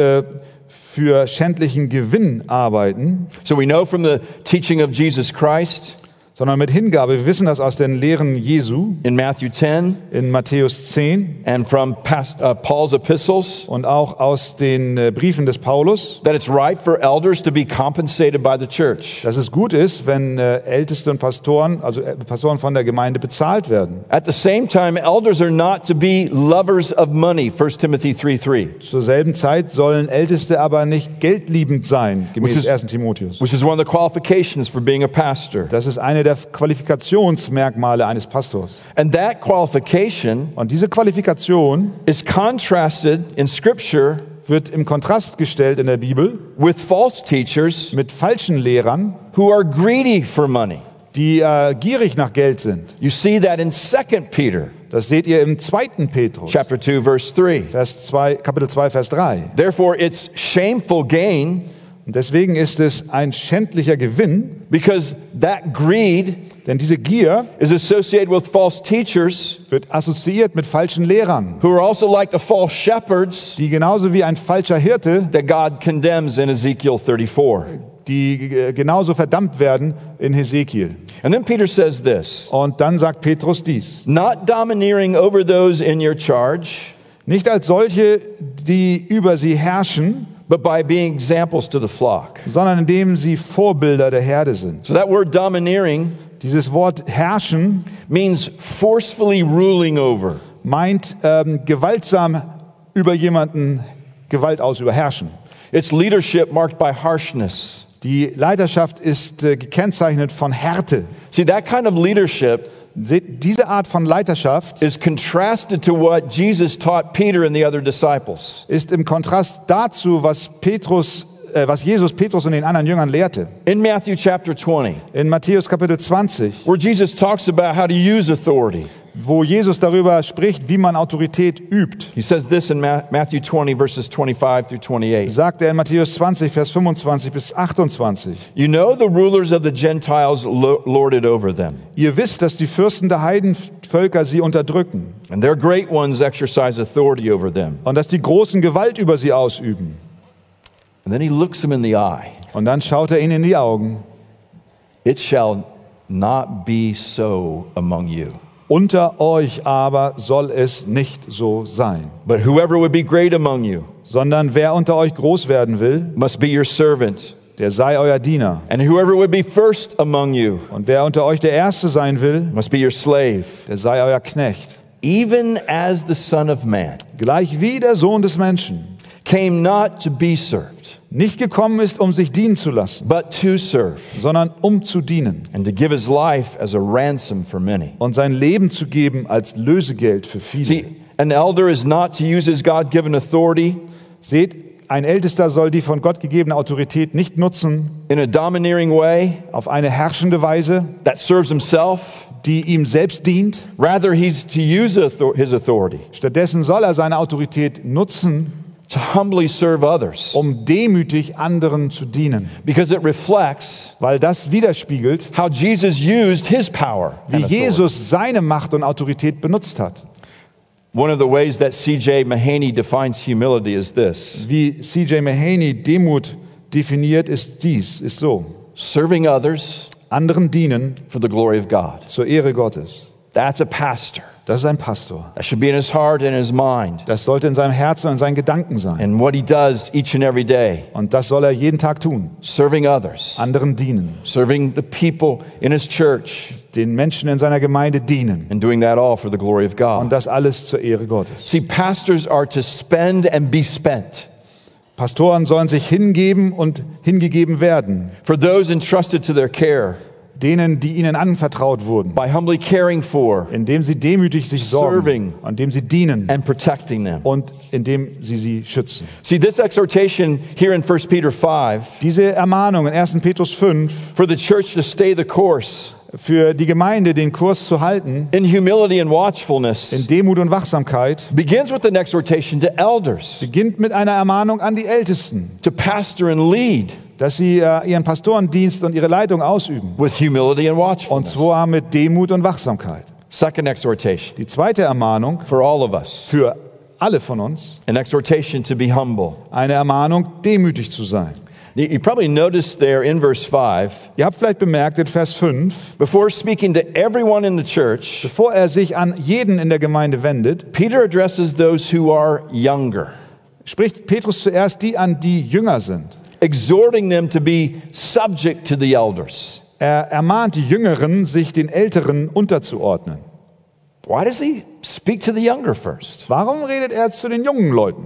für schändlichen Gewinn arbeiten, So we know from the teaching of Jesus Christ sondern mit Hingabe. Wir wissen das aus den Lehren Jesu in Matthew 10 in Matthäus 10 and from Paul's epistles, und auch aus den Briefen des Paulus, that it's right for elders to be compensated by the church. dass es gut ist, wenn Älteste und Pastoren, also Pastoren von der Gemeinde bezahlt werden. At the same time, elders are not to be lovers of money, 1 Timothy 3:3, Zur selben Zeit sollen Älteste aber nicht geldliebend sein, gemäß 1. Timotheus. which is one of the qualifications for being a pastor. Das ist eine der Qualifikationsmerkmale eines Pastors. And that qualification Und diese Qualifikation is contrasted in Scripture wird im Kontrast gestellt in der Bibel with false teachers mit falschen Lehrern, who are greedy for money. die gierig nach Geld sind. You see that in 2 Peter Das seht ihr im 2. Petrus, chapter 2, verse 3. Kapitel 2, Vers 3. Therefore, it's shameful gain Und deswegen ist es ein schändlicher Gewinn, because that greed denn diese Gier is associated with false teachers wird assoziiert mit falschen Lehrern, who are also like the false shepherds die genauso wie ein falscher Hirte, that God condemns in Ezekiel 34. die genauso verdammt werden in Hesekiel. And then Peter says this, Und dann sagt Petrus dies: not domineering over those in your charge, Nicht als solche, die über sie herrschen, but by being examples to the flock. sondern indem sie Vorbilder der Herde sind. So that word domineering Dieses Wort herrschen means forcefully ruling over. meint gewaltsam über jemanden Gewalt ausüben, herrschen. It's leadership marked by harshness. Die Leiterschaft ist gekennzeichnet von Härte. See, that kind of leadership Diese Art von Leiterschaft is contrasted to what Jesus taught Peter and the other disciples. ist im Kontrast dazu, was Petrus was Jesus Petrus und den anderen Jüngern lehrte. In Matthew chapter 20, In Matthäus Kapitel 20, where Jesus talks about how to use authority. wo Jesus darüber spricht, wie man Autorität übt, He says this in Matthew 20, verses 25 through 28. sagt er in Matthäus 20, Vers 25 bis 28. You know the rulers of the Gentiles lord it over them, Ihr wisst, dass die Fürsten der Heidenvölker sie unterdrücken and their great ones exercise authority over them. und dass die Großen Gewalt über sie ausüben. And then he looks them in the eye. Und dann schaut er ihnen in die Augen. It shall not be so among you. Unter euch aber soll es nicht so sein, But whoever would be great among you sondern wer unter euch groß werden will, must be your servant, der sei euer Diener. and whoever would be first among you Und wer unter euch der Erste sein will, must be your slave, der sei euer Knecht. even as the Son of Man Gleich wie der Sohn des Menschen came not to be served, nicht gekommen ist, um sich dienen zu lassen, but to serve, sondern um zu dienen and to give his life as a ransom for many. und sein Leben zu geben als Lösegeld für viele. See, an elder is not to use his God-given authority Seht, ein Ältester soll die von Gott gegebene Autorität nicht nutzen in a domineering way auf eine herrschende Weise, that serves himself. die ihm selbst dient. Rather, he's to use his authority Stattdessen soll er seine Autorität nutzen, to humbly serve others, um demütig anderen zu dienen, because it reflects weil das widerspiegelt, how Jesus used his power wie and authority. Jesus seine Macht und Autorität benutzt hat. One of the ways that C.J. Mahaney defines humility is this: Wie C.J. Mahaney Demut definiert, ist so: serving others anderen dienen for the glory of God. zur Ehre Gottes. That's a pastor. Das ist ein Pastor. That should be in his heart and his mind, Das sollte in seinem Herzen und in seinen Gedanken sein. and what he does each and every day, Und das soll er jeden Tag tun. serving others, Anderen dienen. serving the people in his church, Den Menschen in seiner Gemeinde dienen. and doing that all for the glory of Und God. das alles zur Ehre Gottes. See, pastors are to spend and be spent Pastoren sollen sich hingeben und hingegeben werden. for those entrusted to their care, Denen, die ihnen anvertraut wurden. by humbly caring for Indem sie demütig sich sorgen. Serving. Indem sie dienen. and protecting them. Und indem sie schützen. See, this exhortation here in 1 Peter 5 Diese Ermahnung in 1. Petrus 5 for the church to stay the course für die Gemeinde den Kurs zu halten, in humility and watchfulness in Demut und Wachsamkeit, begins with an exhortation to elders beginnt mit einer Ermahnung an die Ältesten, to pastor and lead dass sie ihren Pastorendienst und ihre Leitung ausüben. with humility and Und watchfulness. zwar mit Demut und Wachsamkeit. Second exhortation Die zweite Ermahnung for all of us, für alle von uns, an exhortation to be humble. eine Ermahnung, demütig zu sein. You probably noticed there in verse 5, Ihr habt vielleicht bemerkt in Vers 5, before speaking to everyone in the church, bevor er sich an jeden in der Gemeinde wendet, Peter addresses those who are younger, spricht Petrus zuerst die an, die jünger sind. exhorting them to be subject to the elders. Er ermahnt die Jüngeren, sich den Älteren unterzuordnen. Why does he speak to the younger first? Warum redet er zu den jungen Leuten?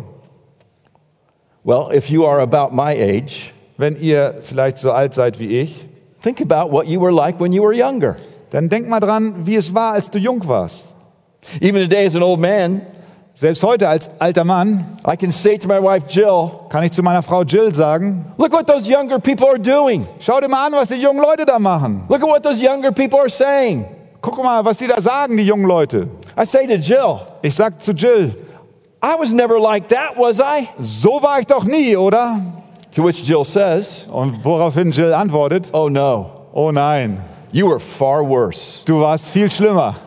Well, if you are about my age, Wenn ihr vielleicht so alt seid wie ich, think about what you were like when you were younger. dann denk mal dran, wie es war, als du jung warst. Even today as an old man, Selbst heute als alter Mann I can say to my wife Jill, kann ich zu meiner Frau Jill sagen, look what those younger people are doing. schau dir mal an, was die jungen Leute da machen. Look at what those younger people are saying. Guck mal, was die da sagen, die jungen Leute. I say to Jill, Ich sag zu Jill, I was never like that, was I? so war ich doch nie, oder? To which Jill says, Und woraufhin Jill antwortet, oh no, oh nein, you were far worse. du warst viel schlimmer.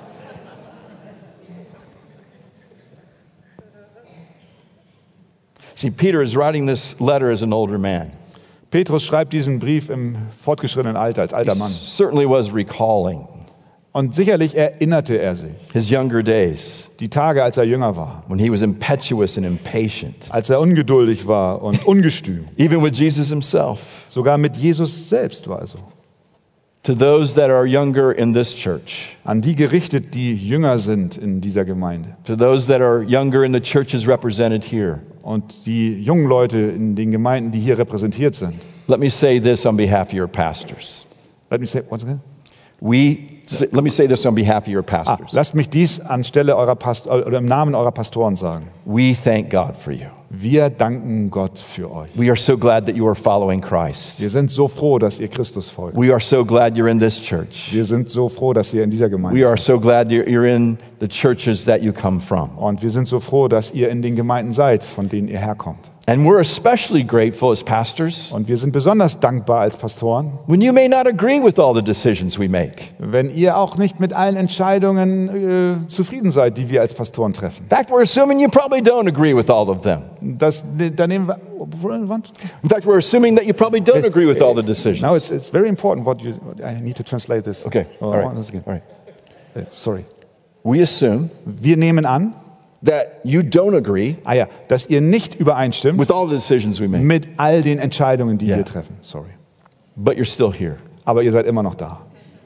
See, Peter is writing this letter as an older man. Petrus schreibt diesen Brief im fortgeschrittenen Alter, als alter Mann. Certainly was recalling Und sicherlich erinnerte er sich, his younger days die Tage, als er jünger war, when he was impetuous and impatient, als er ungeduldig war und ungestüm. even with Jesus himself. Sogar mit Jesus selbst war er so. To those that are younger in this church, An die gerichtet, die jünger sind in dieser Gemeinde. to those that are younger in the churches represented here, Und die jungen Leute in den Gemeinden, die hier repräsentiert sind. let me say this on behalf of your pastors. Let me say, once again. Let me say this on behalf of your pastors. Lasst mich dies anstelle eurer oder im Namen eurer Pastoren sagen. We thank God for you. Wir danken Gott für euch. We are so glad that you are following Christ. Wir sind so froh, dass ihr Christus folgt. We are so glad you're in this church. Wir sind so froh, dass ihr in dieser Gemeinde We are seid. so glad you're in the churches that you come from. Und wir sind so froh, dass ihr in den Gemeinden seid, von denen ihr herkommt. And we're especially grateful as pastors Und wir sind besonders dankbar als Pastoren, when you may not agree with all the decisions we make. wenn ihr auch nicht mit allen Entscheidungen zufrieden seid, die wir als Pastoren treffen. In fact, we're assuming you probably don't agree with all of them. Da nehmen wir. In fact, we're assuming that you probably don't agree with all the decisions. Now it's very important what you. I need to translate this. Okay, all right. Once again. All right. Sorry. We assume Wir nehmen an, that you don't agree dass ihr nicht übereinstimmt with all the decisions we make, mit all den Entscheidungen, die Yeah. wir treffen. Sorry. but you're still here Aber ihr seid immer noch da.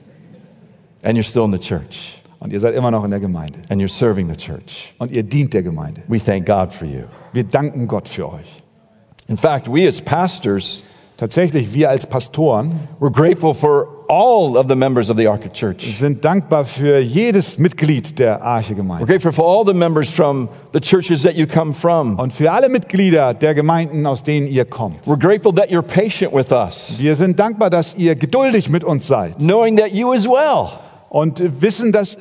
and you're still in the church Und ihr seid immer noch in der Gemeinde. and you're serving the church. Und ihr dient der Gemeinde. We thank God for you. Wir danken Gott für euch. In fact, we as pastors, Tatsächlich, wir als Pastoren we're grateful for all of the members of the Arca Church. sind dankbar für jedes Mitglied der We're Arche-Gemeinde. grateful for all the members from the churches that you come from. Und für alle Mitglieder der Gemeinden, aus denen ihr kommt. We're grateful that you're patient with us, Wir sind dankbar, dass ihr geduldig mit uns seid. knowing that you as well Und wir wissen das.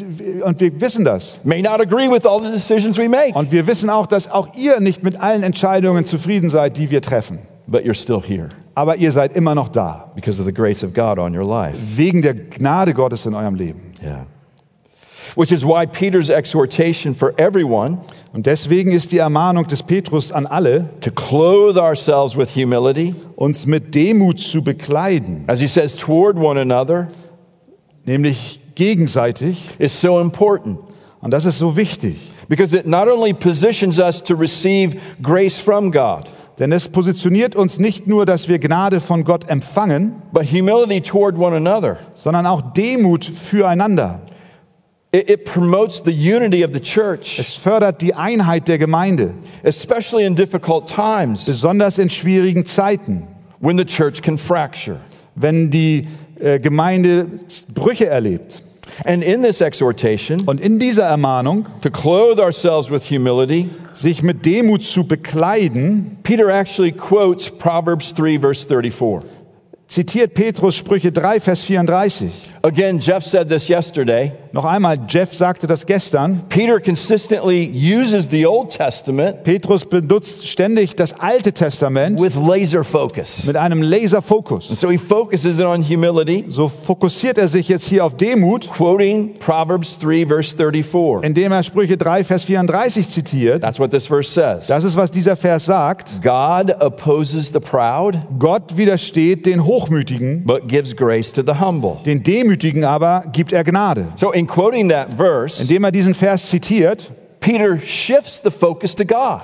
may not agree with all the decisions we make, Und wir wissen auch, dass auch ihr nicht mit allen Entscheidungen zufrieden seid, die wir treffen. but you're still here Aber ihr seid immer noch da. because of the grace of God on your life. Wegen der Gnade Gottes in eurem Leben. Yeah. Which is why Peter's exhortation for everyone Und deswegen ist die Ermahnung des Petrus an alle, to clothe ourselves with humility, uns mit Demut zu bekleiden, as he says, toward one another, nämlich gegenseitig. is so important. Und das ist so wichtig. Because it not only positions us to receive grace from God, Denn es positioniert uns nicht nur, dass wir Gnade von Gott empfangen, but humility toward one another. sondern auch Demut füreinander. It promotes the unity of the church, Es fördert die Einheit der Gemeinde, especially in difficult times besonders in schwierigen Zeiten, when the church can fracture. wenn die Gemeinde Brüche erlebt. And in this exhortation, Und in dieser Ermahnung, to clothe ourselves with humility, sich mit Demut zu bekleiden, Peter actually quotes Proverbs 3, verse 34. zitiert Petrus Sprüche 3, Vers 34. Again, Jeff said this yesterday. Noch einmal, Jeff sagte das gestern. Peter consistently uses the Old Testament Petrus benutzt ständig das Alte Testament with laser focus. mit einem Laserfokus. So he focuses on humility, So fokussiert er sich jetzt hier auf Demut, quoting Proverbs 3, verse 34. indem er Sprüche 3, Vers 34 zitiert. That's what this verse says. Das ist, was dieser Vers sagt. God opposes the proud, Gott widersteht den Hochmütigen, but gives grace to the humble. den Demütigen aber gibt er Gnade. So in quoting that verse, Indem er diesen Vers zitiert, Peter shifts the focus to God.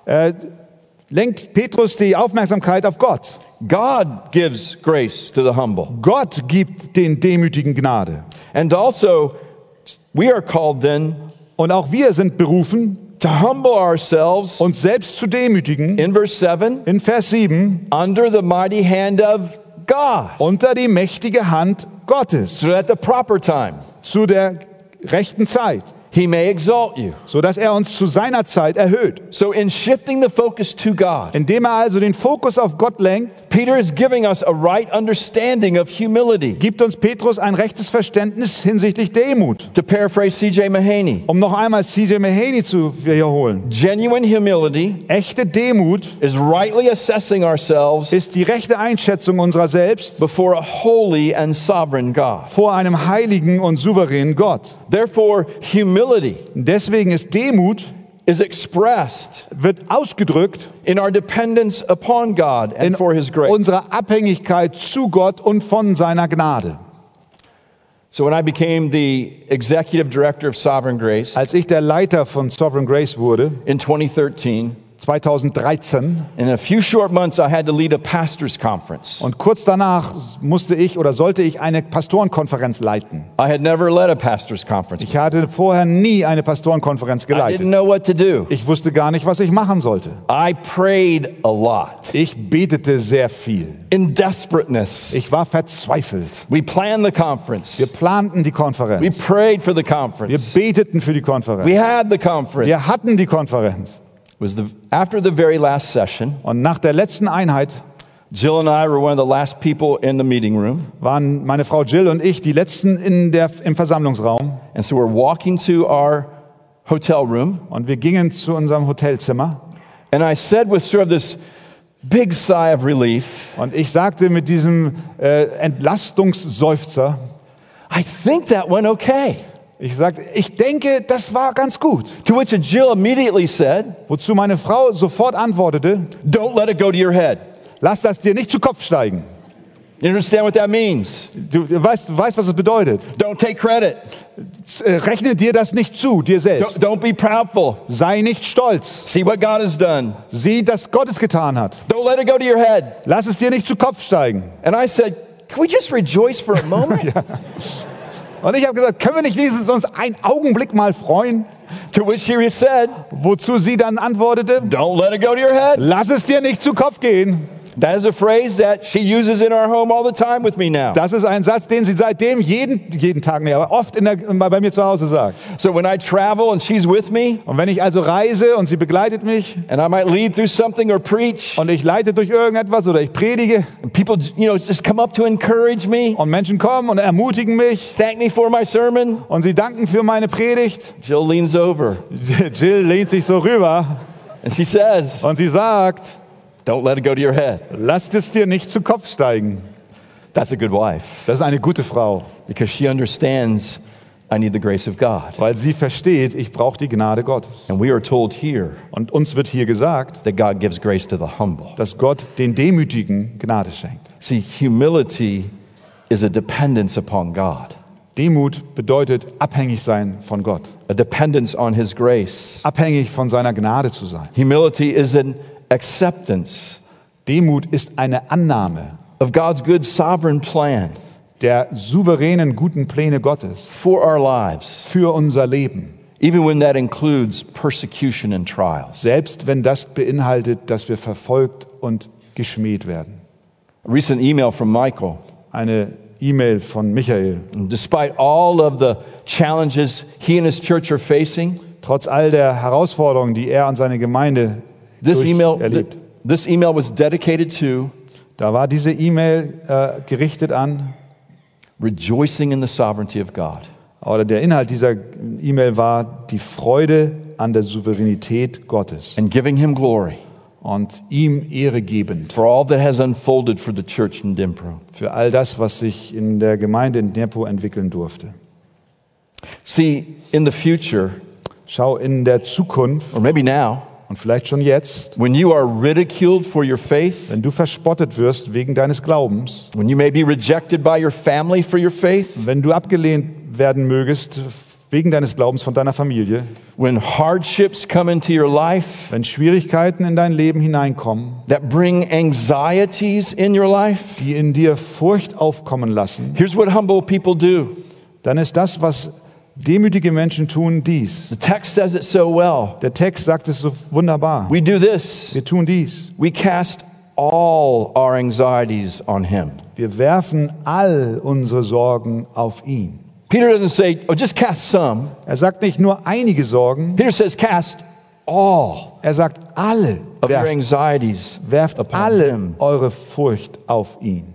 lenkt Petrus die Aufmerksamkeit auf Gott. God gives grace to the humble. Gott gibt den Demütigen Gnade. And also, we are called then Und auch wir sind berufen, to humble ourselves, uns selbst zu demütigen. in verse 7, In Vers 7, under the mighty hand of God, unter die mächtige Hand Gottes, so at the proper time zu der rechten Zeit, he may exalt you. sodass er uns zu seiner Zeit erhöht. So in shifting the focus to God, Indem er also den Fokus auf Gott lenkt, Peter is giving us a right understanding of humility. gibt uns Petrus ein rechtes Verständnis hinsichtlich Demut. To paraphrase C.J. Mahaney, Um noch einmal C.J. Mahaney zu wiederholen. genuine humility Echte Demut is rightly assessing ourselves ist die rechte Einschätzung unserer selbst before a holy and sovereign God. vor einem heiligen und souveränen Gott. Therefore, humility Deswegen ist Demut, is expressed wird ausgedrückt in our dependence upon God and in for His grace. unserer Abhängigkeit zu Gott und von seiner Gnade. So when I became the executive director of Sovereign Grace Als ich der Leiter von Sovereign Grace wurde, in 2013, 2013, in a few short months I had to lead a pastors' conference. und kurz danach musste ich oder sollte ich eine Pastorenkonferenz leiten. I had never led a pastors' conference. Ich hatte vorher nie eine Pastorenkonferenz I geleitet. didn't know what to do. Ich wusste gar nicht, was ich machen sollte. I prayed a lot Ich betete sehr viel. in desperateness. Ich war verzweifelt. We planned the conference. Wir planten die We Konferenz. prayed for the Wir conference. beteten für die Konferenz. We had the conference. Wir hatten die Konferenz. After the very last session, Und nach der letzten Einheit Jill and I were one of the last people in the meeting room. waren meine Frau Jill und ich die letzten im Versammlungsraum. And so we're walking to our hotel room. Und wir gingen zu unserem Hotelzimmer. And I said with sort of this big sigh of relief, Und ich sagte mit diesem Entlastungsseufzer, I think that went okay. ich sagte, ich denke, das war ganz gut. To which Jill immediately said, Wozu meine Frau sofort antwortete, don't let it go to your head. lass das dir nicht zu Kopf steigen. You understand what that means? Du weißt, was es bedeutet. Don't take credit. Rechne dir das nicht zu, dir selbst. Don't be proudful. Sei nicht stolz. See what God has done. Sieh, dass Gott es getan hat. Don't let it go to your head. Lass es dir nicht zu Kopf steigen. And I said, can we just rejoice for a moment? Und ich habe gesagt, können wir nicht wenigstens uns einen Augenblick mal freuen? To which she said, Wozu sie dann antwortete, don't let it go to your head. lass es dir nicht zu Kopf gehen. That is a phrase that she uses in our home all the time with me now. Das ist ein Satz, den sie seitdem jeden Tag, aber oft bei mir zu Hause sagt. So when I travel and she's with me, Und wenn ich also reise und sie begleitet mich and I might lead through something or preach, und ich leite durch irgendetwas oder ich predige and people, just come up to encourage me, und Menschen kommen und ermutigen mich thank me for my sermon, und sie danken für meine Predigt, Jill leans over Jill lehnt sich so rüber and she says, und sie sagt, don't let it go to your head. lass es dir nicht zu Kopf steigen. That's a good wife Das ist eine gute Frau, because she understands I need the grace of God. weil sie versteht, ich brauche die Gnade Gottes. And we are told here Und uns wird hier gesagt, that God gives grace to the humble. dass Gott den Demütigen Gnade schenkt. See, humility is a dependence upon God, Demut bedeutet abhängig sein von Gott, a dependence on His grace. abhängig von seiner Gnade zu sein. Humility is an acceptance Demut ist eine Annahme of God's good sovereign plan der souveränen guten Pläne Gottes for our lives, für unser Leben, even when that includes persecution and trials. selbst wenn das beinhaltet, dass wir verfolgt und geschmäht werden. A recent email from Michael. Eine E-Mail von Michael. Despite all of the challenges he and his church are facing, Trotz all der Herausforderungen, die er und seine Gemeinde erlebt. This email was dedicated to Da war diese E-Mail gerichtet an, rejoicing in the sovereignty of God. oder der Inhalt dieser E-Mail war die Freude an der Souveränität Gottes And giving Him glory und ihm Ehre gebend for all that has unfolded for the church in Dnipro. für all das, was sich in der Gemeinde in Dnipro entwickeln durfte. See, in the future, Schau, in der Zukunft or maybe now, und vielleicht schon jetzt, when you are ridiculed for your faith, wenn du verspottet wirst wegen deines Glaubens, when you may be rejected by your family for your faith, wenn du abgelehnt werden mögest wegen deines Glaubens von deiner Familie, when hardships come into your life wenn Schwierigkeiten in dein Leben hineinkommen, that bring anxieties in your life, die in dir Furcht aufkommen lassen, here's what humble people do. dann ist das, was demütige Menschen tun, dies. The text says it so well. Der Text sagt es so wunderbar. We do this. Wir tun dies. We cast all our anxieties on Him. Wir werfen all unsere Sorgen auf ihn. Peter doesn't say, oh, just cast some. Er sagt nicht nur einige Sorgen, Peter says, cast all er sagt alle. of your anxieties Werft upon alle Him. eure Furcht auf ihn.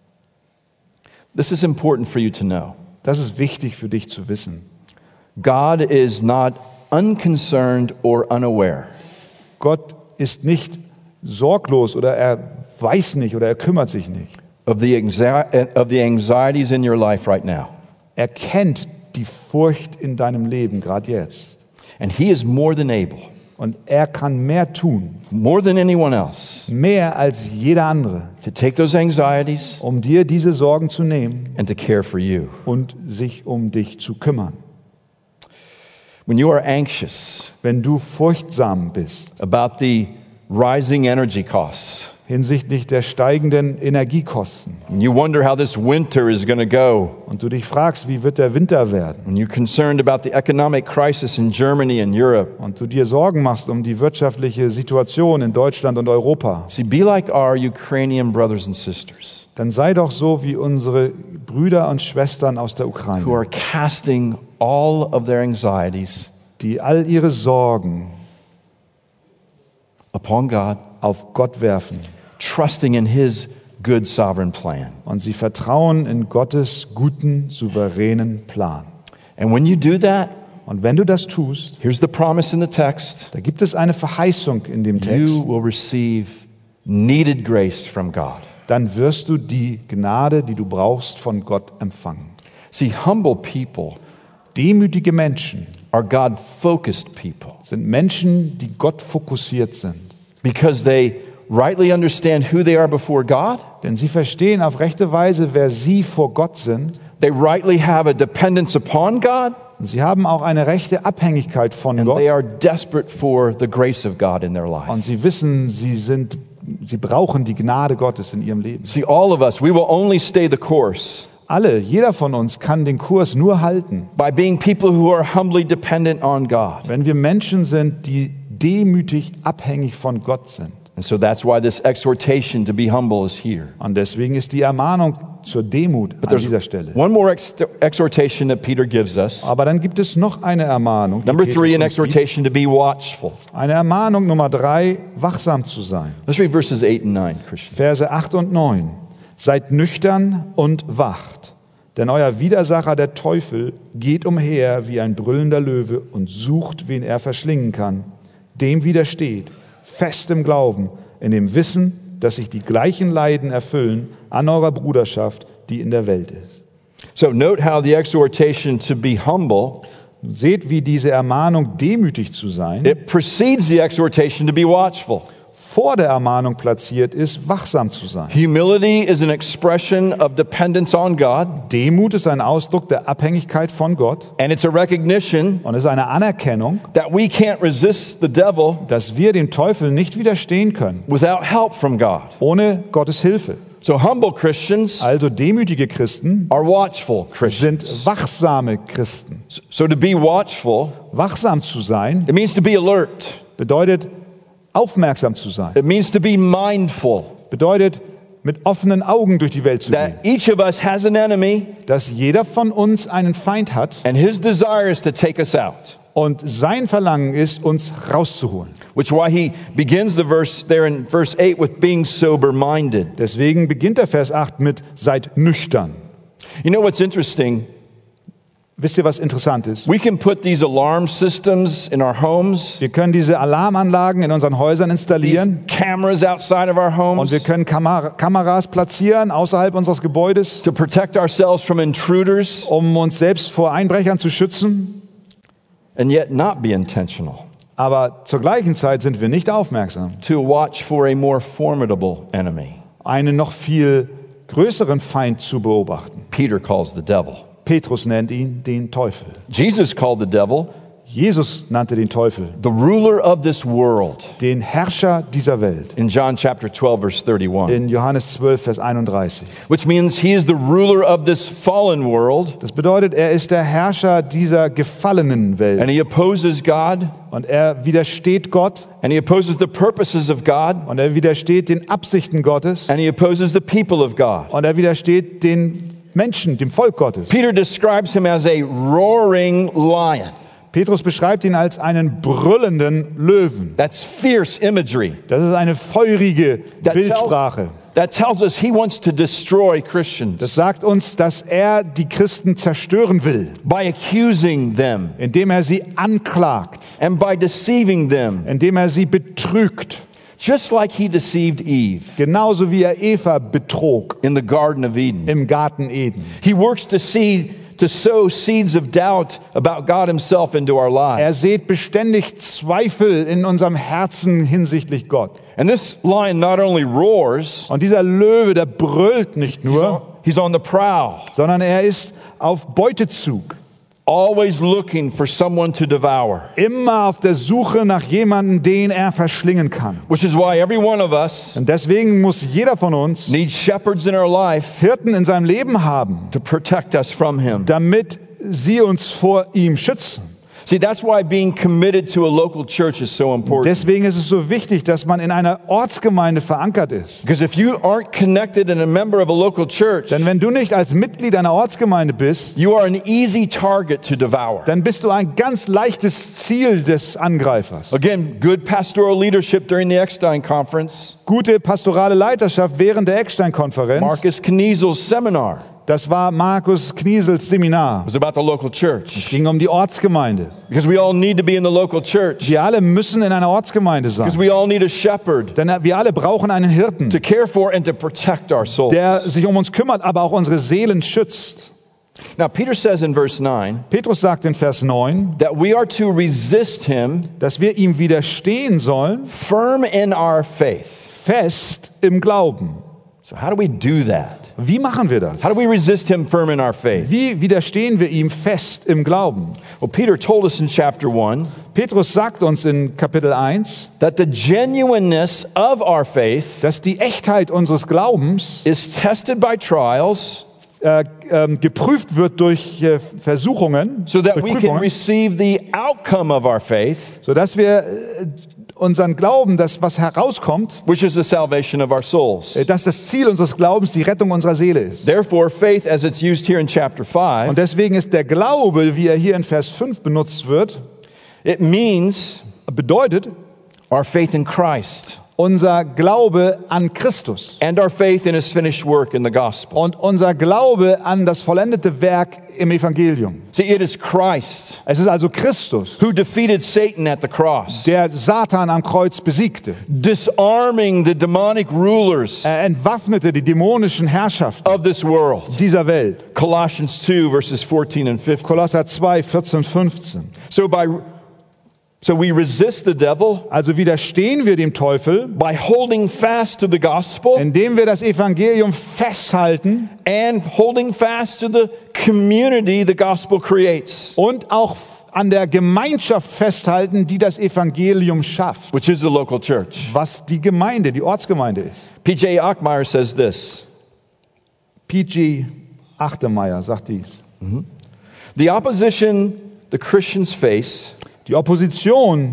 This is important for you to know. Das ist wichtig für dich zu wissen. God is not unconcerned or unaware Gott ist nicht sorglos oder er weiß nicht oder er kümmert sich nicht. of the anxieties in your life right now. Er kennt die Furcht in deinem Leben, gerade jetzt. And He is more than able, Und er kann mehr tun, more than anyone else, mehr als jeder andere, to take those anxieties um dir diese Sorgen zu nehmen and to care for you. und sich um dich zu kümmern. When you are anxious Wenn du furchtsam bist about the rising energy costs, hinsichtlich der steigenden Energiekosten when you wonder how this winter is going to go, und du dich fragst, wie wird der Winter werden, when you're concerned about the economic crisis in Germany and Europe, und du dir Sorgen machst um die wirtschaftliche Situation in Deutschland und Europa, see, be like our Ukrainian brothers and sisters dann sei doch so wie unsere Brüder und Schwestern aus der who Ukraine, are casting all of their anxieties die all ihre Sorgen upon God, auf Gott werfen. trusting in His good sovereign plan. Und sie vertrauen in Gottes guten, souveränen Plan. And when you do that, Und wenn du das tust, here's the promise in the text. da gibt es eine Verheißung in dem Text, You will receive needed grace from God. dann wirst du die Gnade, die du brauchst, von Gott empfangen. See, humble people Demütige Menschen are God-focused people sind Menschen, die Gott fokussiert sind. because they rightly understand who they are before God. Denn sie verstehen auf rechte Weise, wer sie vor Gott sind. They rightly have a dependence upon God, Und sie haben auch eine rechte Abhängigkeit von and Gott. they are desperate for the grace of God in their life. Und sie wissen, sie brauchen die Gnade Gottes in ihrem Leben. See, all of us, we will only stay the course Jeder von uns kann den Kurs nur halten, by being people who are humbly dependent on God. wenn wir Menschen sind, die demütig abhängig von Gott sind. And so that's why this exhortation to be humble is here. Und deswegen ist die Ermahnung zur Demut an dieser Stelle. One more exhortation that Peter gives us. Aber dann gibt es noch eine Ermahnung. die Number Petrus 3, an uns gibt. exhortation to be watchful. Eine Ermahnung Nummer 3, wachsam zu sein. Let's read verses 8 and 9, Christian. Verse 8 und 9. Seid nüchtern und wacht, denn euer Widersacher, der Teufel, geht umher wie ein brüllender Löwe und sucht, wen er verschlingen kann. Dem widersteht, fest im Glauben, in dem Wissen, dass sich die gleichen Leiden erfüllen an eurer Bruderschaft, die in der Welt ist. So note how the exhortation to be humble, Seht, wie diese Ermahnung, demütig zu sein, it precedes the exhortation to be watchful. vor der Ermahnung platziert ist, wachsam zu sein. Humility is an expression of dependence on God, Demut ist ein Ausdruck der Abhängigkeit von Gott and it's a recognition und ist eine Anerkennung, that we can't resist the devil dass wir dem Teufel nicht widerstehen können, without help from God. ohne Gottes Hilfe. So humble Christians Also demütige Christen are watchful sind Christians. wachsame Christen. So to be watchful, Wachsam zu sein it means to be alert. bedeutet, aufmerksam zu sein. It means to be mindful Bedeutet, mit offenen Augen durch die Welt zu gehen. that each of us has an enemy Dass jeder von uns einen Feind hat and his desire is to take us out. und sein Verlangen ist, uns rauszuholen. Which is why he begins the verse there in verse 8 with being sober-minded. Deswegen beginnt der Vers 8 mit, seid nüchtern. You know what's interesting? Wisst ihr, was interessant ist? We can put these alarm systems in our homes, Wir können diese Alarmanlagen in unseren Häusern these installieren cameras outside of our und wir homes können Kameras platzieren außerhalb unseres Gebäudes, to protect ourselves from intruders um uns selbst vor Einbrechern zu schützen. and yet not be intentional Aber zur gleichen Zeit sind wir nicht aufmerksam, to watch for a more formidable enemy. einen noch viel größeren Feind zu beobachten. Peter calls the devil. Petrus nennt ihn den Teufel. Jesus called the devil Jesus nannte den Teufel the ruler of this world den Herrscher dieser Welt. in John chapter 12 verse 31, In Johannes 12, Vers 31. which means he is the ruler of this fallen world Das bedeutet, er ist der Herrscher dieser gefallenen Welt. and he opposes God Und er widersteht Gott and he opposes the purposes of God und er widersteht den Absichten Gottes and he opposes the people of God. und er widersteht den Menschen, dem Volk Gottes. Peter describes him as a roaring lion. Petrus beschreibt ihn als einen brüllenden Löwen. That's fierce imagery. Das ist eine feurige That Bildsprache. tells us he wants to destroy Das Christians sagt uns, dass er die Christen zerstören will, by accusing them indem er sie anklagt, and by deceiving them, indem er sie betrügt, just like he deceived Eve genauso wie er Eva betrog in the Garden of Eden. im Garten Eden. He works to sow seeds of doubt about God himself into our Er lives. sät beständig Zweifel in unserem Herzen hinsichtlich Gott. And this lion not only roars, Und dieser Löwe, der brüllt nicht nur, he's on the prowl, sondern er ist auf Beutezug. always looking for someone to devour. Immer auf der Suche nach jemandem, den er verschlingen kann. Which is why every one of us Und deswegen muss jeder von uns needs shepherds in our life Hirten in seinem Leben haben, to protect us from him. damit sie uns vor ihm schützen. See, that's why being committed to a local church is so important. Deswegen ist es so wichtig, dass man in einer Ortsgemeinde verankert ist. Because if you aren't connected and a member of a local church, Denn wenn du nicht als Mitglied einer Ortsgemeinde bist, you are an easy target to devour. dann bist du ein ganz leichtes Ziel des Angreifers. Again, good pastoral leadership during the Eckstein Conference, Gute pastorale Leiterschaft während der Eckstein-Konferenz, Marcus Kniesel's seminar das war Markus Kniesels Seminar. was about the local Es church. ging um die Ortsgemeinde. Because we all need to be in the local church. Wir alle müssen in einer Ortsgemeinde Because sein. we all need a shepherd Denn wir alle brauchen einen Hirten, to care for and to protect our souls. der sich um uns kümmert, aber auch unsere Seelen schützt. Now, Peter says in verse 9 Petrus sagt in Vers 9, that we are to resist him dass wir ihm widerstehen sollen, firm in our faith. fest im Glauben. So, how do we do that? Wie machen wir das? How do we resist him firm in our faith? Wie widerstehen wir ihm fest im Glauben? Well, Peter told us in chapter 1 Petrus sagt uns in Kapitel 1, that the genuineness of our faith dass die Echtheit unseres Glaubens is tested by trials geprüft wird durch Versuchungen, so that durch we can Prüfungen, receive the outcome of our faith, sodass wir unseren Glauben, das was herauskommt, which is the salvation of our souls. dass das Ziel unseres Glaubens die Rettung unserer Seele ist. Therefore, faith, as it's used here in chapter 5, Und deswegen ist der Glaube, wie er hier in Vers 5 benutzt wird, it means bedeutet our faith in Christ unser Glaube an Christus and our faith in his finished work in the gospel. und unser Glaube an das vollendete Werk im Evangelium. See, it is Christ Es ist also Christus, who defeated Satan at the cross, der Satan am Kreuz besiegte. disarming the demonic rulers Er entwaffnete die dämonischen Herrschaften of this world. dieser Welt. Colossians 2, verses 14 and 15. Kolosser 2, 14, 15. So we resist the devil Also widerstehen wir dem Teufel, by holding fast to the gospel indem wir das Evangelium festhalten and holding fast to the community the gospel creates, und auch an der Gemeinschaft festhalten, die das Evangelium schafft, which is the local church. was die Gemeinde, die Ortsgemeinde ist. P.J. Achmeyer says this: P.G. Achtemeyer sagt dies. the opposition the Christians face Die Opposition,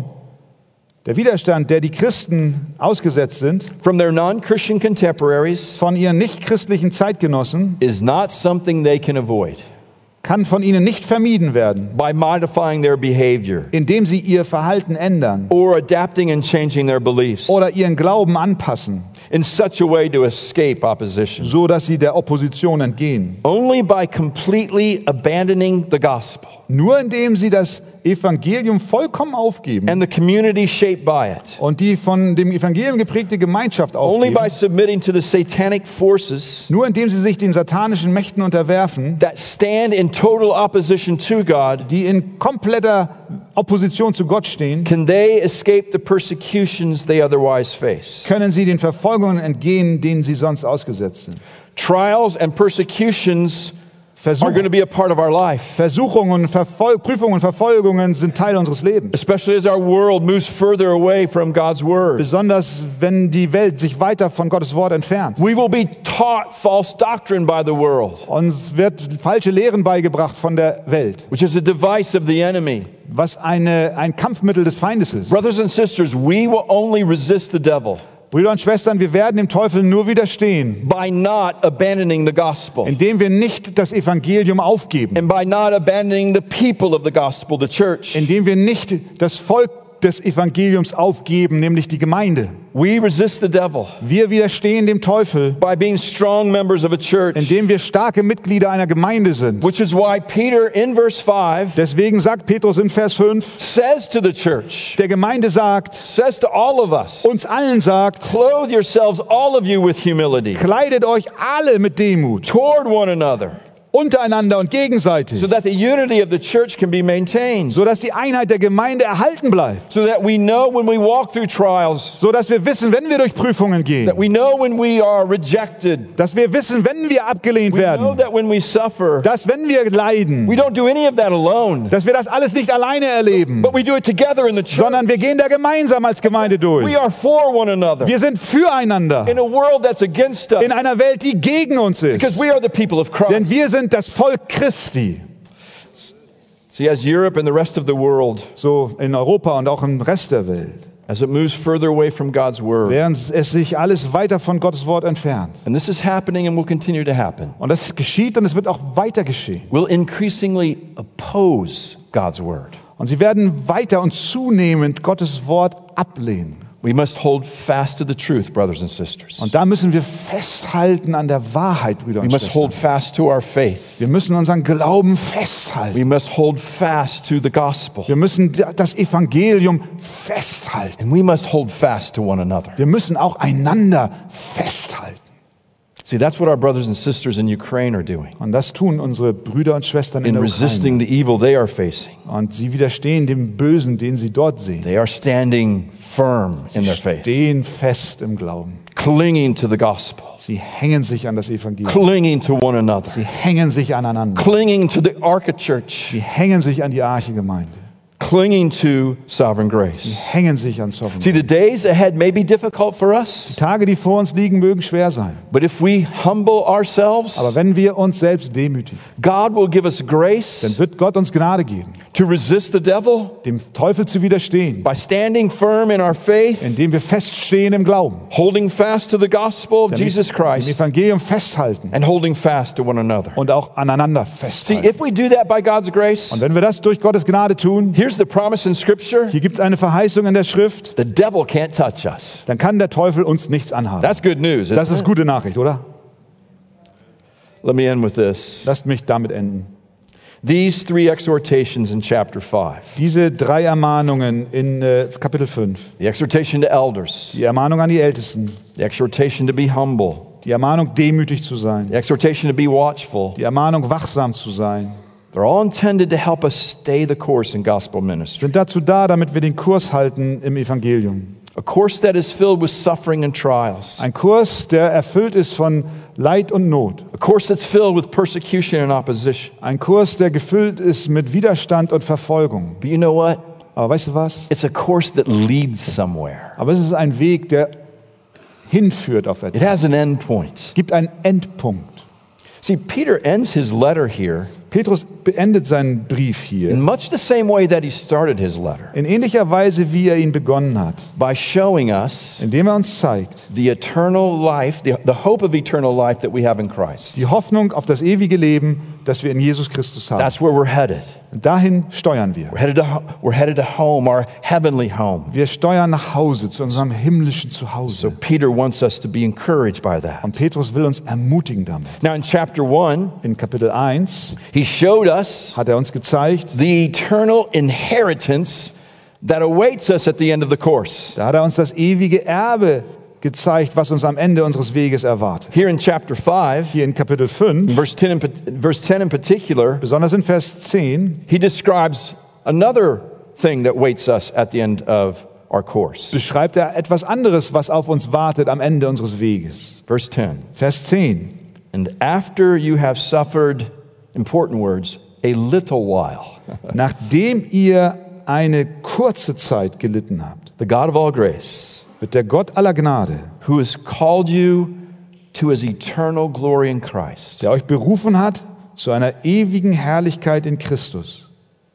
der Widerstand, der die Christen ausgesetzt sind, from their non-Christian contemporaries von ihren nichtchristlichen Zeitgenossen, is not something they can avoid kann von ihnen nicht vermieden werden, by modifying their behavior indem sie ihr Verhalten ändern or adapting and changing their beliefs oder ihren Glauben anpassen, in such a way to escape opposition. so dass sie der Opposition entgehen. Only by completely abandoning the gospel Nur indem sie das Evangelium vollkommen aufgeben and the community shaped by it, und die von dem Evangelium geprägte Gemeinschaft only by aufgeben, submitting to the satanic forces nur indem sie sich den satanischen Mächten unterwerfen, that stand in total opposition to God, die in kompletter Opposition zu Gott stehen, can they escape the persecutions they otherwise face. können sie den Verfolgungen entgehen, denen sie sonst ausgesetzt sind. Trials and persecutions are going to be a part of our life, Versuchungen, Prüfungen und Verfolgungen sind Teil unseres Lebens. especially as our world moves further away from God's word. Besonders wenn die Welt sich weiter von Gottes Wort entfernt. We will be taught false doctrine by the world, Uns wird falsche Lehren beigebracht von der Welt, which is a device of the enemy. was ein Kampfmittel des Feindes ist. Brothers and sisters, we will only resist the devil Brüder und Schwestern, wir werden dem Teufel nur widerstehen, by not abandoning the gospel indem wir nicht das Evangelium aufgeben, and by not abandoning the people of the gospel, the church. indem wir nicht das Volk des Evangeliums aufgeben, nämlich die Gemeinde. We resist the devil Wir widerstehen dem Teufel, by being strong members of a church, indem wir starke Mitglieder einer Gemeinde sind. which is why Peter in verse 5 Deswegen sagt Petrus in Vers 5, says to the church, der Gemeinde sagt, says to all of us, uns allen sagt, clothe yourselves, all of you, with humility kleidet euch alle mit Demut, toward one another, untereinander und gegenseitig, so that the unity of the church can be maintained, sodass die Einheit der Gemeinde erhalten bleibt, so that we know when we walk through trials, sodass wir wissen, wenn wir durch Prüfungen that gehen, we know when we are rejected, dass wir wissen, wenn wir abgelehnt we know werden, that when we suffer, dass wenn wir leiden, we don't do any of that alone, dass wir das alles nicht alleine erleben, but we do it together in the church. sondern wir gehen da gemeinsam als Gemeinde durch. We are for one another Wir sind füreinander in a world that's against us, in einer Welt, die gegen uns ist, because we are the people of denn Christ. wir sind das Volk Christi. See, as Europe and the rest of the world, so in Europa und auch im Rest der Welt, as it moves further away from God's word, während es sich alles weiter von Gottes Wort entfernt. and this is happening and will continue to happen, Und das geschieht und es wird auch weiter geschehen. will increasingly oppose God's word. Und sie werden weiter und zunehmend Gottes Wort ablehnen. We must hold fast to the truth, brothers and sisters. Und da müssen wir festhalten an der Wahrheit, Brüder We und must hold Schwestern. fast to our faith. Wir müssen unseren Glauben festhalten. We must hold fast to the gospel. Wir müssen das Evangelium festhalten. And we must hold fast to one another. Wir müssen auch einander festhalten. See, that's what our brothers and sisters in Ukraine are doing Und das tun unsere Brüder und Schwestern in in der resisting Ukraine. the evil they are facing. Und sie widerstehen dem Bösen, den sie dort sehen. They are standing firm in their faith, Stehen fest im Glauben. clinging to the gospel, Sie hängen sich an das Evangelium. clinging to one another, Sie hängen sich aneinander. clinging to the Arca Church, Sie hängen sich an die Arche-Gemeinde. clinging to sovereign Sie grace. hängen sich an Sovereign. See, the days ahead may be difficult for us, Tage, die vor uns liegen, mögen schwer sein. but if we humble ourselves, Aber wenn wir uns selbst demütigen, God will give us grace dann wird Gott uns Gnade geben, to resist the devil dem Teufel zu widerstehen, by standing firm in our faith, indem wir feststehen im Glauben, holding fast to the gospel of Jesus dem Christ, Evangelium festhalten and holding fast to one another. und auch aneinander See, festhalten. if we do that by God's grace, Und wenn wir das durch Gottes Gnade tun, here's the promise in Scripture: hier gibt es eine Verheißung in der Schrift, the devil can't touch us. dann kann der Teufel uns nichts anhaben. That's good news. Das Isn't ist it? gute Nachricht, oder? Let me end with this. Lasst mich damit enden. These three exhortations in chapter 5, Diese 3 Ermahnungen in Kapitel 5, the exhortation to elders, die Ermahnung an die Ältesten, the exhortation to be humble, die Ermahnung demütig zu sein, the exhortation to be watchful, die Ermahnung wachsam zu sein, they're all intended to help us stay the course in gospel ministry. sind dazu da, damit wir den Kurs halten im Evangelium. A course that is filled with suffering and trials. Ein Kurs, der erfüllt ist von Leid und Not. A course that's filled with persecution and opposition. Ein Kurs, der gefüllt ist mit Widerstand und Verfolgung. But you know what? Aber weißt du was? It's a course that leads somewhere. Aber es ist ein Weg, der hinführt auf It etwas. has an end point. Es gibt einen Endpunkt. See, Peter ends his letter here Petrus beendet seinen Brief hier in much the same way that he started his letter, in ähnlicher Weise, wie er ihn begonnen hat, by showing us indem er uns zeigt, the eternal life, the hope of eternal life that we have in Christ. die Hoffnung auf das ewige Leben, das wir in Jesus Christus haben. That's where we're headed. Und dahin steuern wir. We're headed to home, our heavenly home. Wir steuern nach Hause, zu unserem himmlischen So Zuhause. Peter wants us to be encouraged by that. Und Petrus will uns ermutigen damit. Now in chapter 1, In Kapitel 1 he showed us hat er uns gezeigt, the eternal inheritance that awaits us at the end of the course. da hat er uns das ewige Erbe gezeigt, was uns am Ende unseres Weges erwartet. Here in chapter 5, Hier in Kapitel 5, verse 10 in particular, besonders in Vers 10, he describes another thing that waits us at the end of our course. beschreibt er etwas anderes, was auf uns wartet am Ende unseres Weges. Verse 10. Vers 10. And after you have suffered, important words, a little while, Nachdem ihr eine kurze Zeit gelitten habt, the God of all grace, wird der Gott aller Gnade, who has called you to his eternal glory in Christ, der euch berufen hat zu einer ewigen Herrlichkeit in Christus.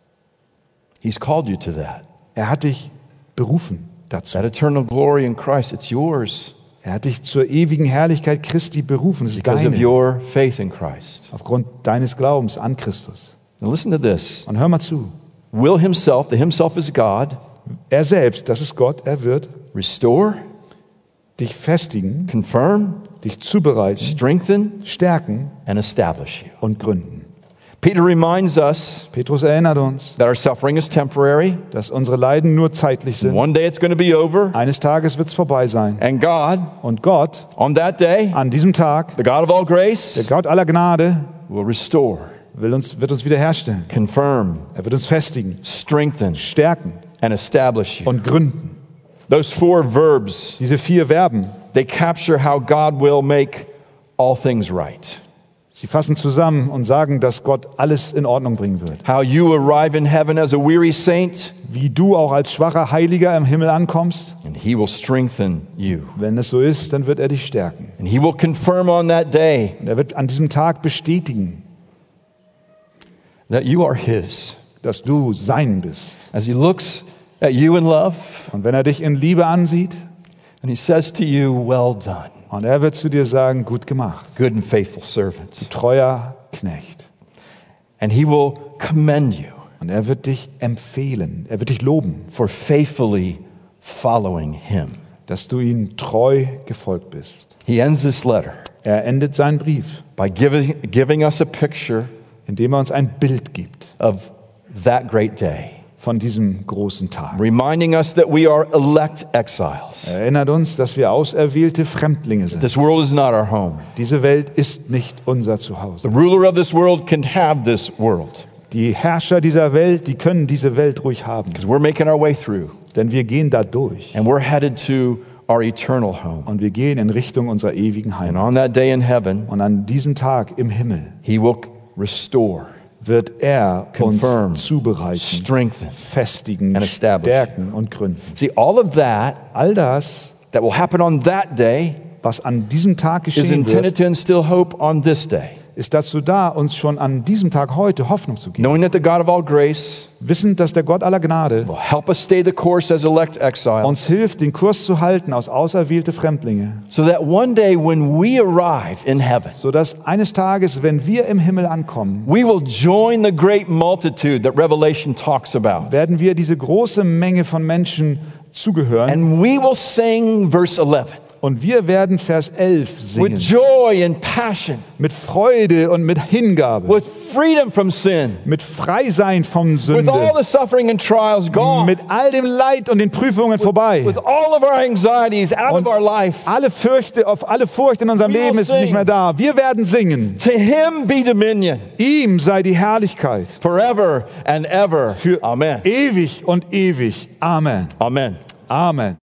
he's called you to that. Er hat dich berufen dazu. That eternal glory in Christ, it's yours Er hat dich zur ewigen Herrlichkeit Christi berufen. Es ist because of deine, your faith in Christ. aufgrund deines Glaubens an Christus. Now listen to this. Und hör mal zu. Will himself, the himself is God, Er selbst, das ist Gott, er wird restore, dich festigen, confirm, dich zubereiten, strengthen, stärken and establish you. und gründen. Peter reminds us Petrus erinnert uns, that our suffering is temporary. dass unsere Leiden nur zeitlich sind. One day it's going to be over. Eines Tages wird es vorbei sein. And God, Und Gott, on that day, an diesem Tag, the God of all der grace, Gott aller Gnade, will restore, wird uns wiederherstellen. confirm, Er wird uns festigen, strengthen, stärken and establish you. und gründen. Those 4 verbs, Diese 4 Verben, they capture how God will make all things right. sie fassen zusammen und sagen, dass Gott alles in Ordnung bringen wird. How you arrive in heaven as a weary saint, Wie du auch als schwacher Heiliger im Himmel ankommst, and he will strengthen you. wenn es so ist, dann wird er dich stärken. And he will confirm on that day Und er wird an diesem Tag bestätigen, that you are his. dass du sein bist. As he looks at you in love, Und wenn er dich in Liebe ansieht, and he says to you, well done, und er wird zu dir sagen, gut gemacht, good and faithful servant. treuer Knecht. And he will commend you Und er wird dich empfehlen, er wird dich loben, for faithfully following him. dass du ihm treu gefolgt bist. He ends this letter Er endet seinen Brief, by giving us a picture indem er uns ein Bild gibt of that great day, von diesem großen Tag. reminding us that we are elect exiles. Er erinnert uns, dass wir auserwählte Fremdlinge sind. This world is not our home. Diese Welt ist nicht unser The Zuhause. ruler of this world can have this world Die Herrscher dieser Welt, die können diese Welt ruhig haben, because we're making our way through denn wir gehen da durch and we're headed to our eternal home. und wir gehen in Richtung unserer ewigen And Heimat. on that day in heaven, Und an diesem Tag im Himmel he will restore, wird er confirm, uns zubereiten, strengthen. festigen, and establish. stärken und gründen. See, all of that All das, that will happen on that day was an diesem Tag is geschehen intended wird, to instill hope on this day. ist dazu da, uns schon an diesem Tag heute Hoffnung zu geben. Knowing that the God of all grace Wissend, dass der Gott aller Gnade will help us stay the course as elect exiles, uns hilft, den Kurs zu halten aus auserwählte Fremdlinge, so that one day when we arrive in heaven, sodass eines Tages, wenn wir im Himmel ankommen, we will join the great multitude that Revelation talks about. werden wir diese große Menge von Menschen zugehören And we will sing verse 11 und wir werden Vers 11 with singen. joy and passion, Mit Freude und mit Hingabe, with freedom from sin, mit Freisein von with Sünde, all the suffering and trials gone, mit all dem Leid und den Prüfungen vorbei. with all of our anxieties out Und of our life. alle Furcht in unserem We will Leben ist nicht sing. mehr da. Wir werden singen. To him be dominion Ihm sei die Herrlichkeit forever and ever. für Amen. ewig und ewig. Amen. Amen. Amen.